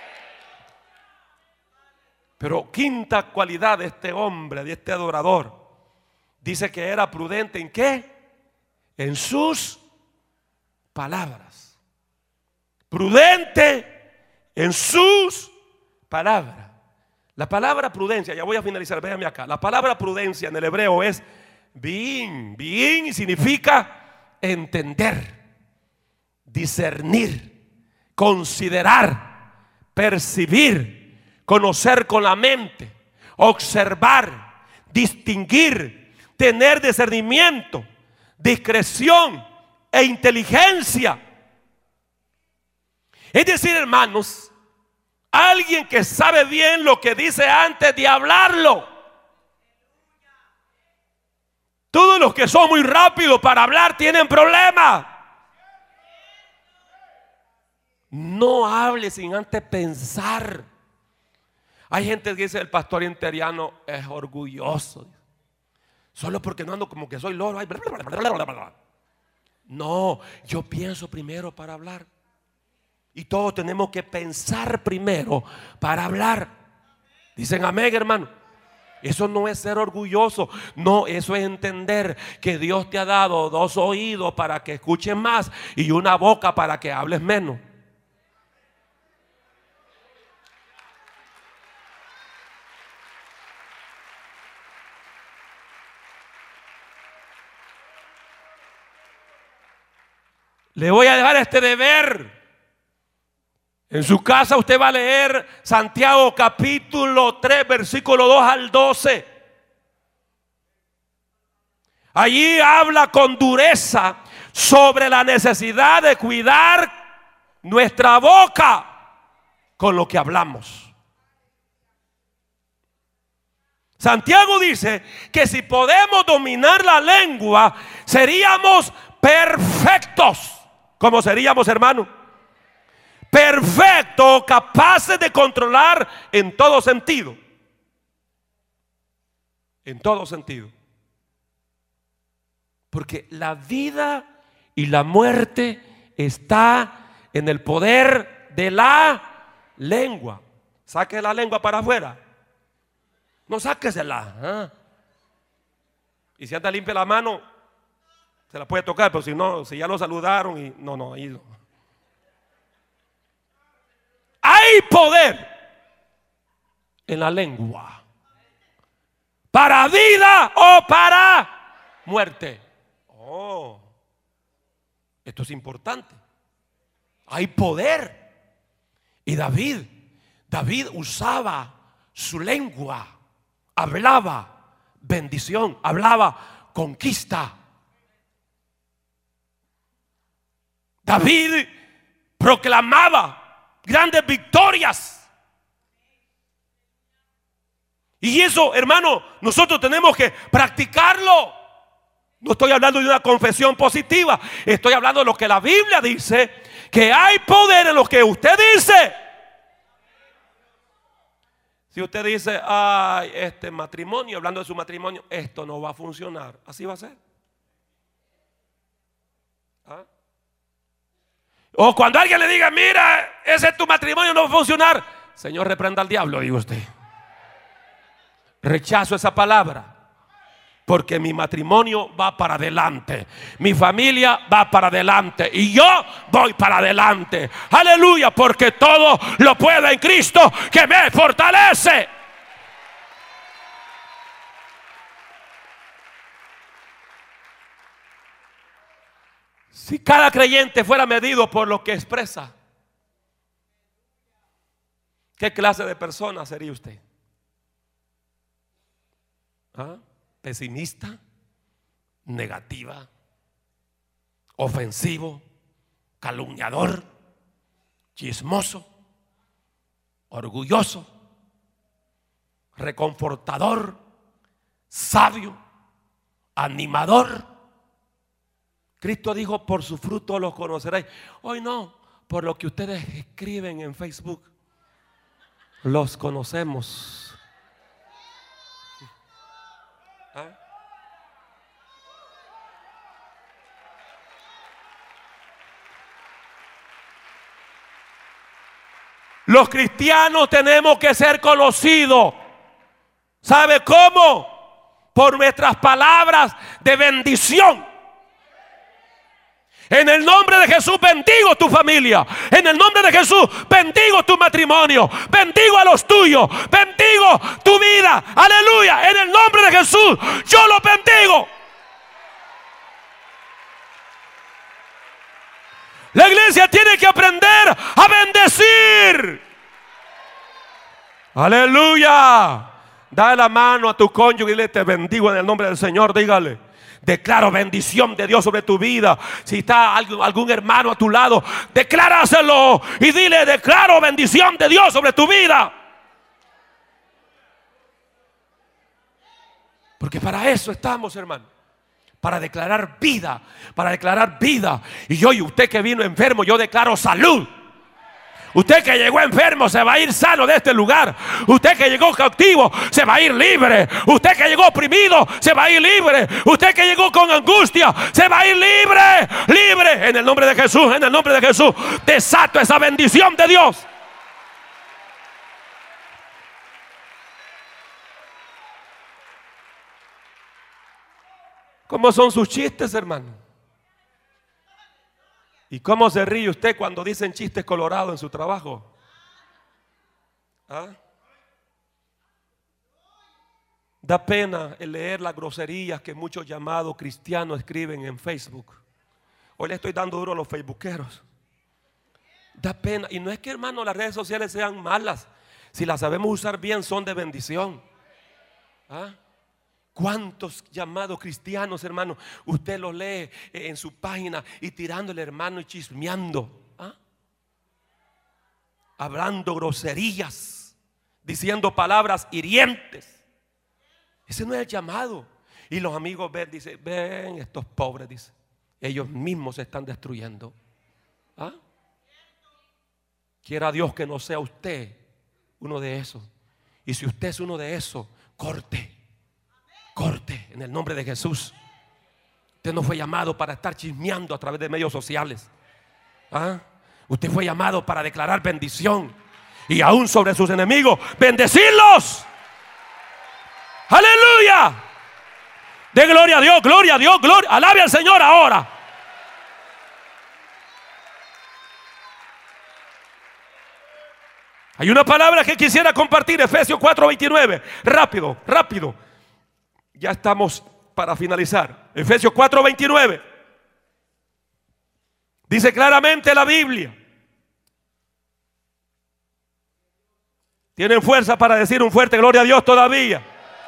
Pero quinta cualidad de este hombre, de este adorador, dice que era prudente. ¿En qué? En sus palabras. Prudente en sus palabras. La palabra prudencia, ya voy a finalizar, véanme acá. La palabra prudencia en el hebreo es bien, bien, y significa entender, discernir, considerar, percibir, conocer con la mente, observar, distinguir, tener discernimiento, discreción e inteligencia. Es decir, hermanos, alguien que sabe bien lo que dice antes de hablarlo. Todos los que son muy rápidos para hablar tienen problemas. No hable sin antes pensar. Hay gente que dice, el pastor interiano es orgulloso, solo porque no ando como que soy loro. No, yo pienso primero para hablar. Y todos tenemos que pensar primero para hablar. Dicen amén, hermano. Eso no es ser orgulloso. No, eso es entender que Dios te ha dado dos oídos para que escuches más y una boca para que hables menos. Le voy a dejar este deber. En su casa usted va a leer Santiago capítulo tres, versículo dos al doce. Allí habla con dureza sobre la necesidad de cuidar nuestra boca con lo que hablamos. Santiago dice que si podemos dominar la lengua, seríamos perfectos. ¿Cómo seríamos, hermano? Perfecto, capaces de controlar en todo sentido. En todo sentido. Porque la vida y la muerte está en el poder de la lengua. Saque la lengua para afuera. No sáquesela. ¿eh? Y si anda limpia la mano, se la puede tocar, pero si no, si ya lo saludaron y no, no, ahí no. Hay poder en la lengua para vida o para muerte. Oh, esto es importante. Hay poder. Y David, David usaba su lengua, hablaba bendición, hablaba conquista. David proclamaba grandes victorias. Y eso, hermano, nosotros tenemos que practicarlo. No estoy hablando de una confesión positiva, estoy hablando de lo que la Biblia dice, que hay poder en lo que usted dice. Si usted dice, ay, este matrimonio, hablando de su matrimonio, esto no va a funcionar, así va a ser. ¿Ah? O cuando alguien le diga, mira, ese es tu matrimonio, no va a funcionar. Señor, reprenda al diablo, digo usted. Rechazo esa palabra. Porque mi matrimonio va para adelante, mi familia va para adelante y yo voy para adelante. Aleluya, porque todo lo puedo en Cristo que me fortalece. Si cada creyente fuera medido por lo que expresa, ¿qué clase de persona sería usted? ¿Ah? Pesimista, negativa, ofensivo, calumniador, chismoso, orgulloso, reconfortador, sabio, animador. Cristo dijo, por su fruto los conoceréis. Hoy no, por lo que ustedes escriben en Facebook, los conocemos. ¿Ah? Los cristianos tenemos que ser conocidos. ¿Sabe cómo? Por nuestras palabras de bendición. En el nombre de Jesús bendigo tu familia. En el nombre de Jesús bendigo tu matrimonio. Bendigo a los tuyos. Bendigo tu vida. Aleluya. En el nombre de Jesús yo los bendigo. La iglesia tiene que aprender a bendecir. Aleluya. Dale la mano a tu cónyuge y dile, te bendigo en el nombre del Señor. Dígale. Declaro bendición de Dios sobre tu vida. Si está algún, algún hermano a tu lado, decláraselo y dile, declaro bendición de Dios sobre tu vida. Porque para eso estamos, hermano. Para declarar vida, para declarar vida. Y hoy usted que vino enfermo, yo declaro salud. Usted que llegó enfermo se va a ir sano de este lugar. Usted que llegó cautivo se va a ir libre. Usted que llegó oprimido se va a ir libre. Usted que llegó con angustia se va a ir libre. Libre en el nombre de Jesús. En el nombre de Jesús desato esa bendición de Dios. ¿Cómo son sus chistes, hermano? ¿Y cómo se ríe usted cuando dicen chistes colorados en su trabajo? ¿Ah? Da pena el leer las groserías que muchos llamados cristianos escriben en Facebook. Hoy le estoy dando duro a los facebookeros. Da pena. Y no es que, hermano, las redes sociales sean malas. Si las sabemos usar bien, son de bendición. ¿Ah? ¿Cuántos llamados cristianos, hermano, usted los lee en su página y tirándole, hermano, y chismeando? ¿Ah? Hablando groserías, diciendo palabras hirientes. Ese no es el llamado. Y los amigos ven, dicen, ven estos pobres, dice, ellos mismos se están destruyendo. ¿Ah? Quiera Dios que no sea usted uno de esos. Y si usted es uno de esos, corte. Corte en el nombre de Jesús. Usted no fue llamado para estar chismeando a través de medios sociales. ¿Ah? Usted fue llamado para declarar bendición y aún sobre sus enemigos bendecirlos. Aleluya. De gloria a Dios, gloria a Dios, gloria. Alabe al Señor ahora. Hay una palabra que quisiera compartir, Efesios cuatro veintinueve. Rápido, rápido. Ya estamos para finalizar. Efesios cuatro veintinueve. Dice claramente la Biblia. Tienen fuerza para decir un fuerte gloria a Dios todavía.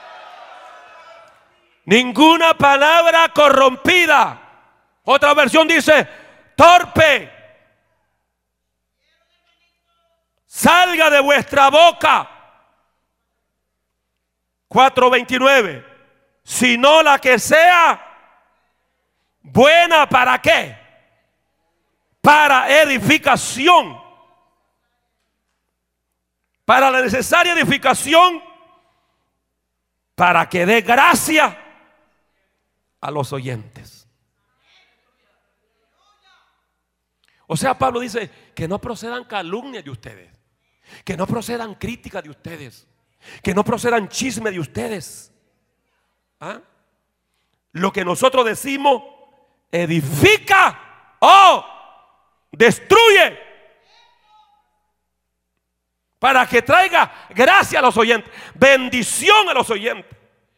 Ninguna palabra corrompida. Otra versión dice torpe salga de vuestra boca. cuatro veintinueve. Sino la que sea buena, ¿para qué? Para edificación. Para la necesaria edificación, para que dé gracia a los oyentes. O sea, Pablo dice que no procedan calumnias de ustedes, que no procedan críticas de ustedes, que no procedan chisme de ustedes. ¿Ah? Lo que nosotros decimos edifica o destruye, para que traiga gracia a los oyentes, bendición a los oyentes.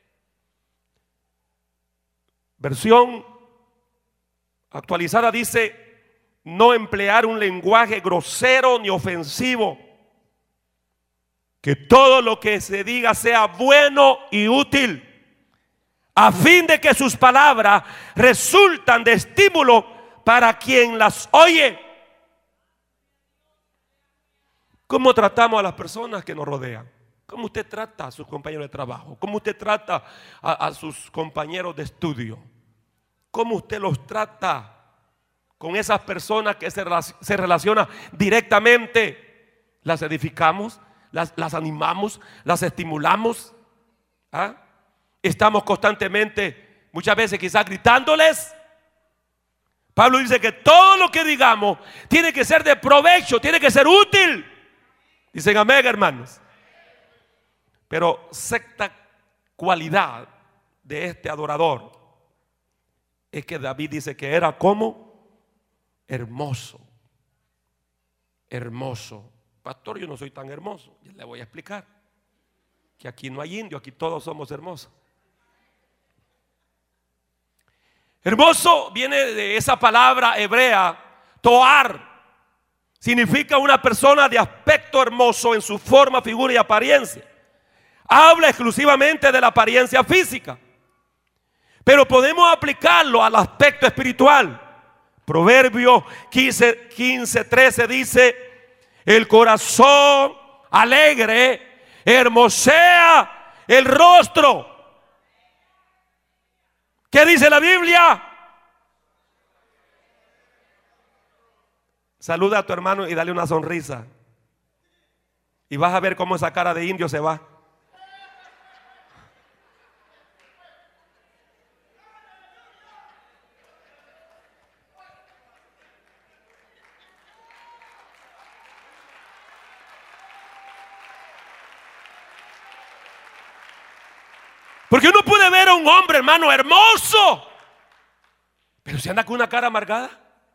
Versión actualizada dice: no emplear un lenguaje grosero ni ofensivo. Que todo lo que se diga sea bueno y útil, a fin de que sus palabras resultan de estímulo para quien las oye. ¿Cómo tratamos a las personas que nos rodean? ¿Cómo usted trata a sus compañeros de trabajo? ¿Cómo usted trata a, a sus compañeros de estudio? ¿Cómo usted los trata con esas personas que se, se relacionan directamente? ¿Las edificamos? ¿Las, las animamos? ¿Las estimulamos? ¿Ah? Estamos constantemente, muchas veces quizás gritándoles. Pablo dice que todo lo que digamos tiene que ser de provecho, tiene que ser útil. Dicen amén, hermanos. Pero sexta cualidad de este adorador es que David dice que era como hermoso. Hermoso. Pastor, yo no soy tan hermoso. Ya le voy a explicar que aquí no hay indio, aquí todos somos hermosos. Hermoso viene de esa palabra hebrea, toar. Significa una persona de aspecto hermoso en su forma, figura y apariencia. Habla exclusivamente de la apariencia física, pero podemos aplicarlo al aspecto espiritual. Proverbios quince, quince, trece dice: el corazón alegre hermosea el rostro. ¿Qué dice la Biblia? Saluda a tu hermano y dale una sonrisa, y vas a ver cómo esa cara de indio se va. Porque uno puede ver a un hombre, hermano, hermoso, pero si anda con una cara amargada.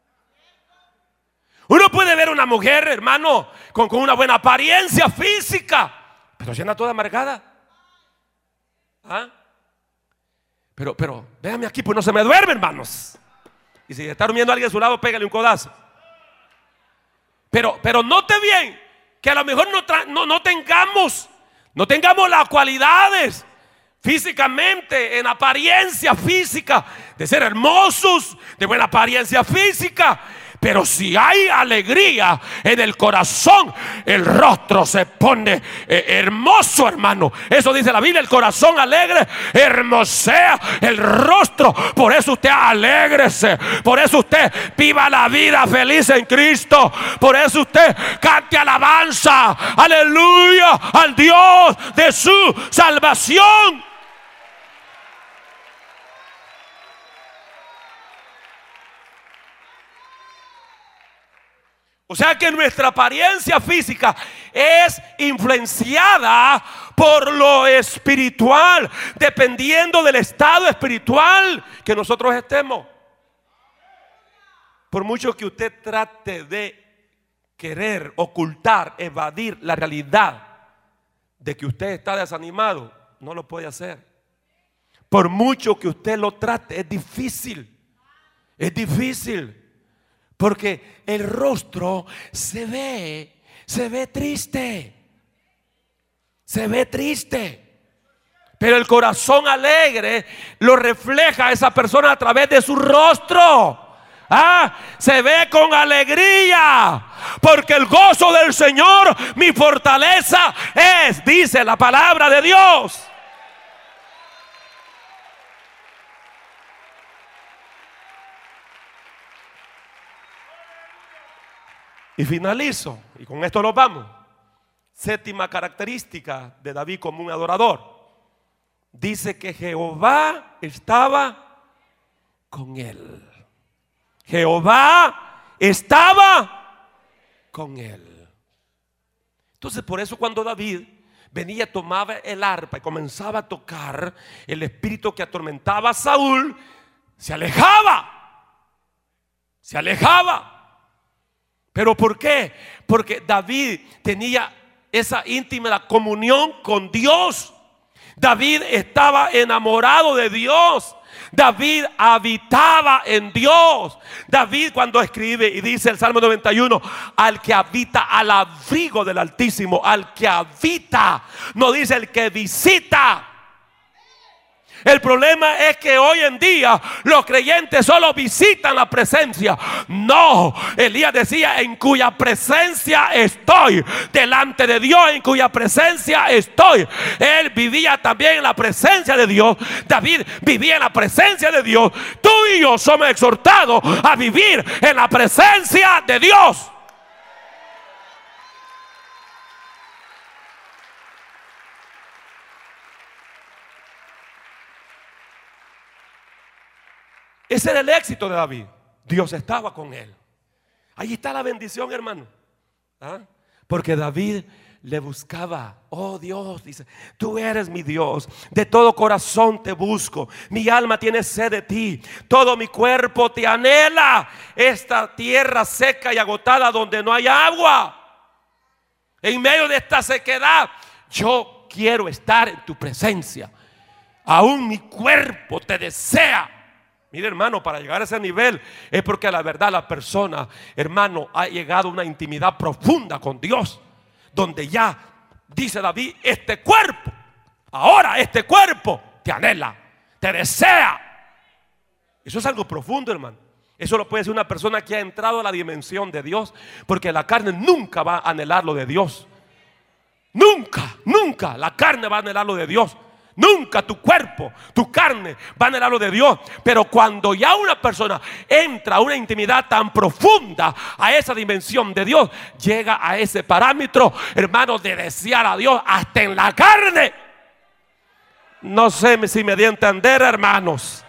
Uno puede ver a una mujer, hermano, con, con una buena apariencia física, pero si anda toda amargada. ¿Ah? Pero, pero, véame aquí, pues no se me duerme, hermanos. Y si está durmiendo alguien a su lado, pégale un codazo. Pero, pero note bien que a lo mejor no, tra- no, no tengamos, no tengamos las cualidades físicamente, en apariencia física, de ser hermosos, de buena apariencia física, pero si hay alegría en el corazón, el rostro se pone eh, hermoso, hermano. Eso dice la Biblia: el corazón alegre hermosea el rostro. Por eso usted alégrese, por eso usted viva la vida feliz en Cristo, por eso usted cante alabanza, aleluya, al Dios de su salvación. O sea que nuestra apariencia física es influenciada por lo espiritual, dependiendo del estado espiritual que nosotros estemos. Por mucho que usted trate de querer ocultar, evadir la realidad de que usted está desanimado, no lo puede hacer. Por mucho que usted lo trate, es difícil. Es difícil. Porque el rostro se ve, se ve triste, se ve triste. Pero el corazón alegre lo refleja esa persona a través de su rostro. Ah, se ve con alegría, porque el gozo del Señor mi fortaleza es, dice la palabra de Dios. Y finalizo, y con esto nos vamos. Séptima característica de David como un adorador. Dice que Jehová estaba con él. Jehová estaba con él. Entonces por eso cuando David venía, tomaba el arpa y comenzaba a tocar, el espíritu que atormentaba a Saúl se alejaba, se alejaba. ¿Pero por qué? Porque David tenía esa íntima comunión con Dios. David estaba enamorado de Dios. David habitaba en Dios. David cuando escribe y dice el Salmo noventa y uno, al que habita al abrigo del Altísimo, al que habita, no dice el que visita. El problema es que hoy en día los creyentes solo visitan la presencia. No, Elías decía, en cuya presencia estoy, delante de Dios, en cuya presencia estoy. Él vivía también en la presencia de Dios. David vivía en la presencia de Dios. Tú y yo somos exhortados a vivir en la presencia de Dios. Ese era el éxito de David. Dios estaba con él. Ahí está la bendición, hermano. ¿Ah? Porque David le buscaba. Oh Dios, dice, tú eres mi Dios. De todo corazón te busco. Mi alma tiene sed de ti. Todo mi cuerpo te anhela. Esta tierra seca y agotada donde no hay agua. En medio de esta sequedad, yo quiero estar en tu presencia. Aún mi cuerpo te desea. Mire, hermano, para llegar a ese nivel es porque la verdad la persona, hermano, ha llegado a una intimidad profunda con Dios, donde ya dice David, este cuerpo, ahora este cuerpo te anhela, te desea. Eso es algo profundo, hermano. Eso lo puede decir una persona que ha entrado a la dimensión de Dios, porque la carne nunca va a anhelar lo de Dios. Nunca, nunca la carne va a anhelar lo de Dios. Nunca tu cuerpo, tu carne va a anhelar lo de Dios. Pero cuando ya una persona entra a una intimidad tan profunda, a esa dimensión de Dios, llega a ese parámetro, hermano, de desear a Dios hasta en la carne. No sé si me di a entender, hermanos.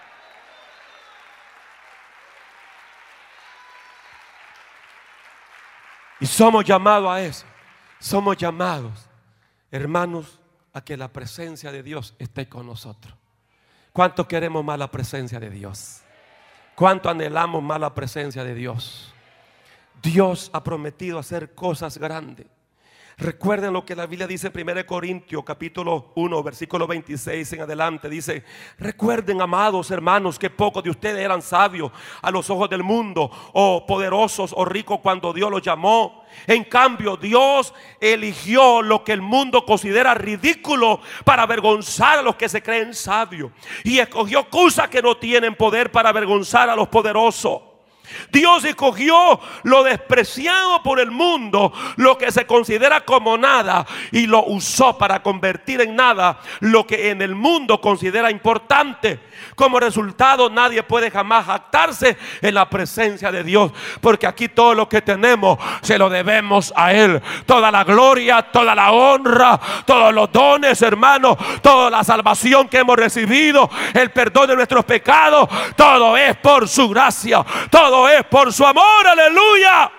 Y somos llamados a eso. Somos llamados, hermanos, a que la presencia de Dios esté con nosotros. ¿Cuánto queremos más la presencia de Dios? ¿Cuánto anhelamos más la presencia de Dios? Dios ha prometido hacer cosas grandes. Recuerden lo que la Biblia dice en primera Corintios capítulo uno versículo veintiséis en adelante. Dice: recuerden, amados hermanos, que pocos de ustedes eran sabios a los ojos del mundo, o poderosos o ricos cuando Dios los llamó. En cambio, Dios eligió lo que el mundo considera ridículo para avergonzar a los que se creen sabios, y escogió cosas que no tienen poder para avergonzar a los poderosos. Dios escogió lo despreciado por el mundo, lo que se considera como nada, y lo usó para convertir en nada lo que en el mundo considera importante. Como resultado, nadie puede jamás jactarse en la presencia de Dios, porque aquí todo lo que tenemos se lo debemos a Él. Toda la gloria, toda la honra, todos los dones, hermanos, toda la salvación que hemos recibido, el perdón de nuestros pecados, todo es por su gracia, todo es por su amor. Aleluya.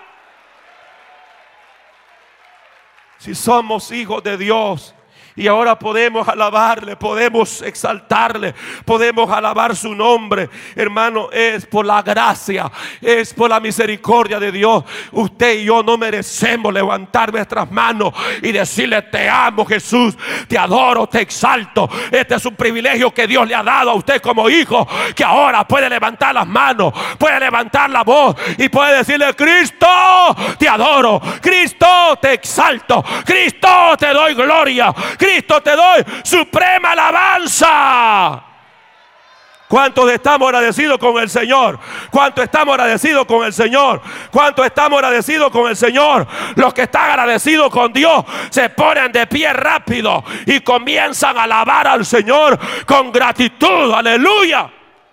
Si somos hijos de Dios, y ahora podemos alabarle, podemos exaltarle, podemos alabar su nombre, hermano, es por la gracia, es por la misericordia de Dios. Usted y yo no merecemos levantar nuestras manos y decirle: te amo, Jesús, te adoro, te exalto. Este es un privilegio que Dios le ha dado a usted como hijo, que ahora puede levantar las manos, puede levantar la voz y puede decirle: Cristo, te adoro, Cristo, te exalto, Cristo, te doy gloria, Cristo, te doy suprema alabanza. ¿Cuántos estamos agradecidos con el Señor? ¿Cuántos estamos agradecidos con el Señor? ¿Cuántos estamos agradecidos con el Señor? Los que están agradecidos con Dios se ponen de pie rápido y comienzan a alabar al Señor con gratitud. Aleluya.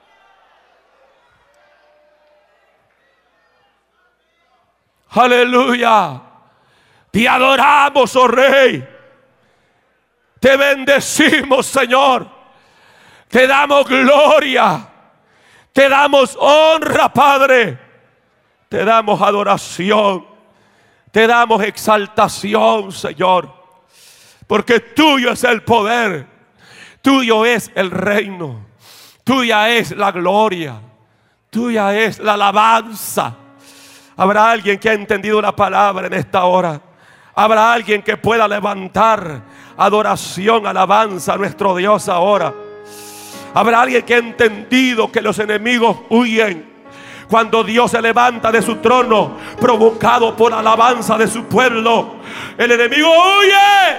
Aleluya. Te adoramos, oh Rey. Te bendecimos, Señor. Te damos gloria. Te damos honra, Padre. Te damos adoración, te damos exaltación, Señor, porque tuyo es el poder, tuyo es el reino, tuya es la gloria, tuya es la alabanza. Habrá alguien que ha entendido la palabra en esta hora. Habrá alguien que pueda levantar adoración, alabanza a nuestro Dios ahora. Habrá alguien que ha entendido que los enemigos huyen cuando Dios se levanta de su trono, provocado por la alabanza de su pueblo. El enemigo huye.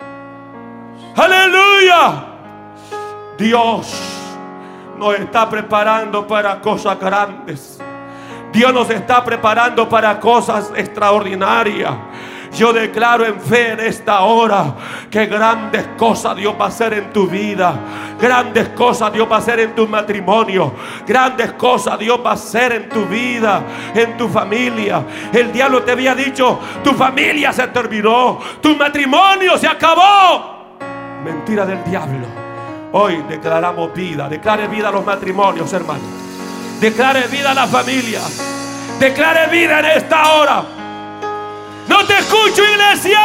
Aleluya. Dios nos está preparando para cosas grandes. Dios nos está preparando para cosas extraordinarias. Yo declaro en fe en esta hora que grandes cosas Dios va a hacer en tu vida. Grandes cosas Dios va a hacer en tu matrimonio. Grandes cosas Dios va a hacer en tu vida, en tu familia. El diablo te había dicho: tu familia se terminó, tu matrimonio se acabó. Mentira del diablo. Hoy declaramos vida. Declare vida a los matrimonios, hermano. Declare vida a la familia. Declare vida en esta hora. No te escucho, iglesia.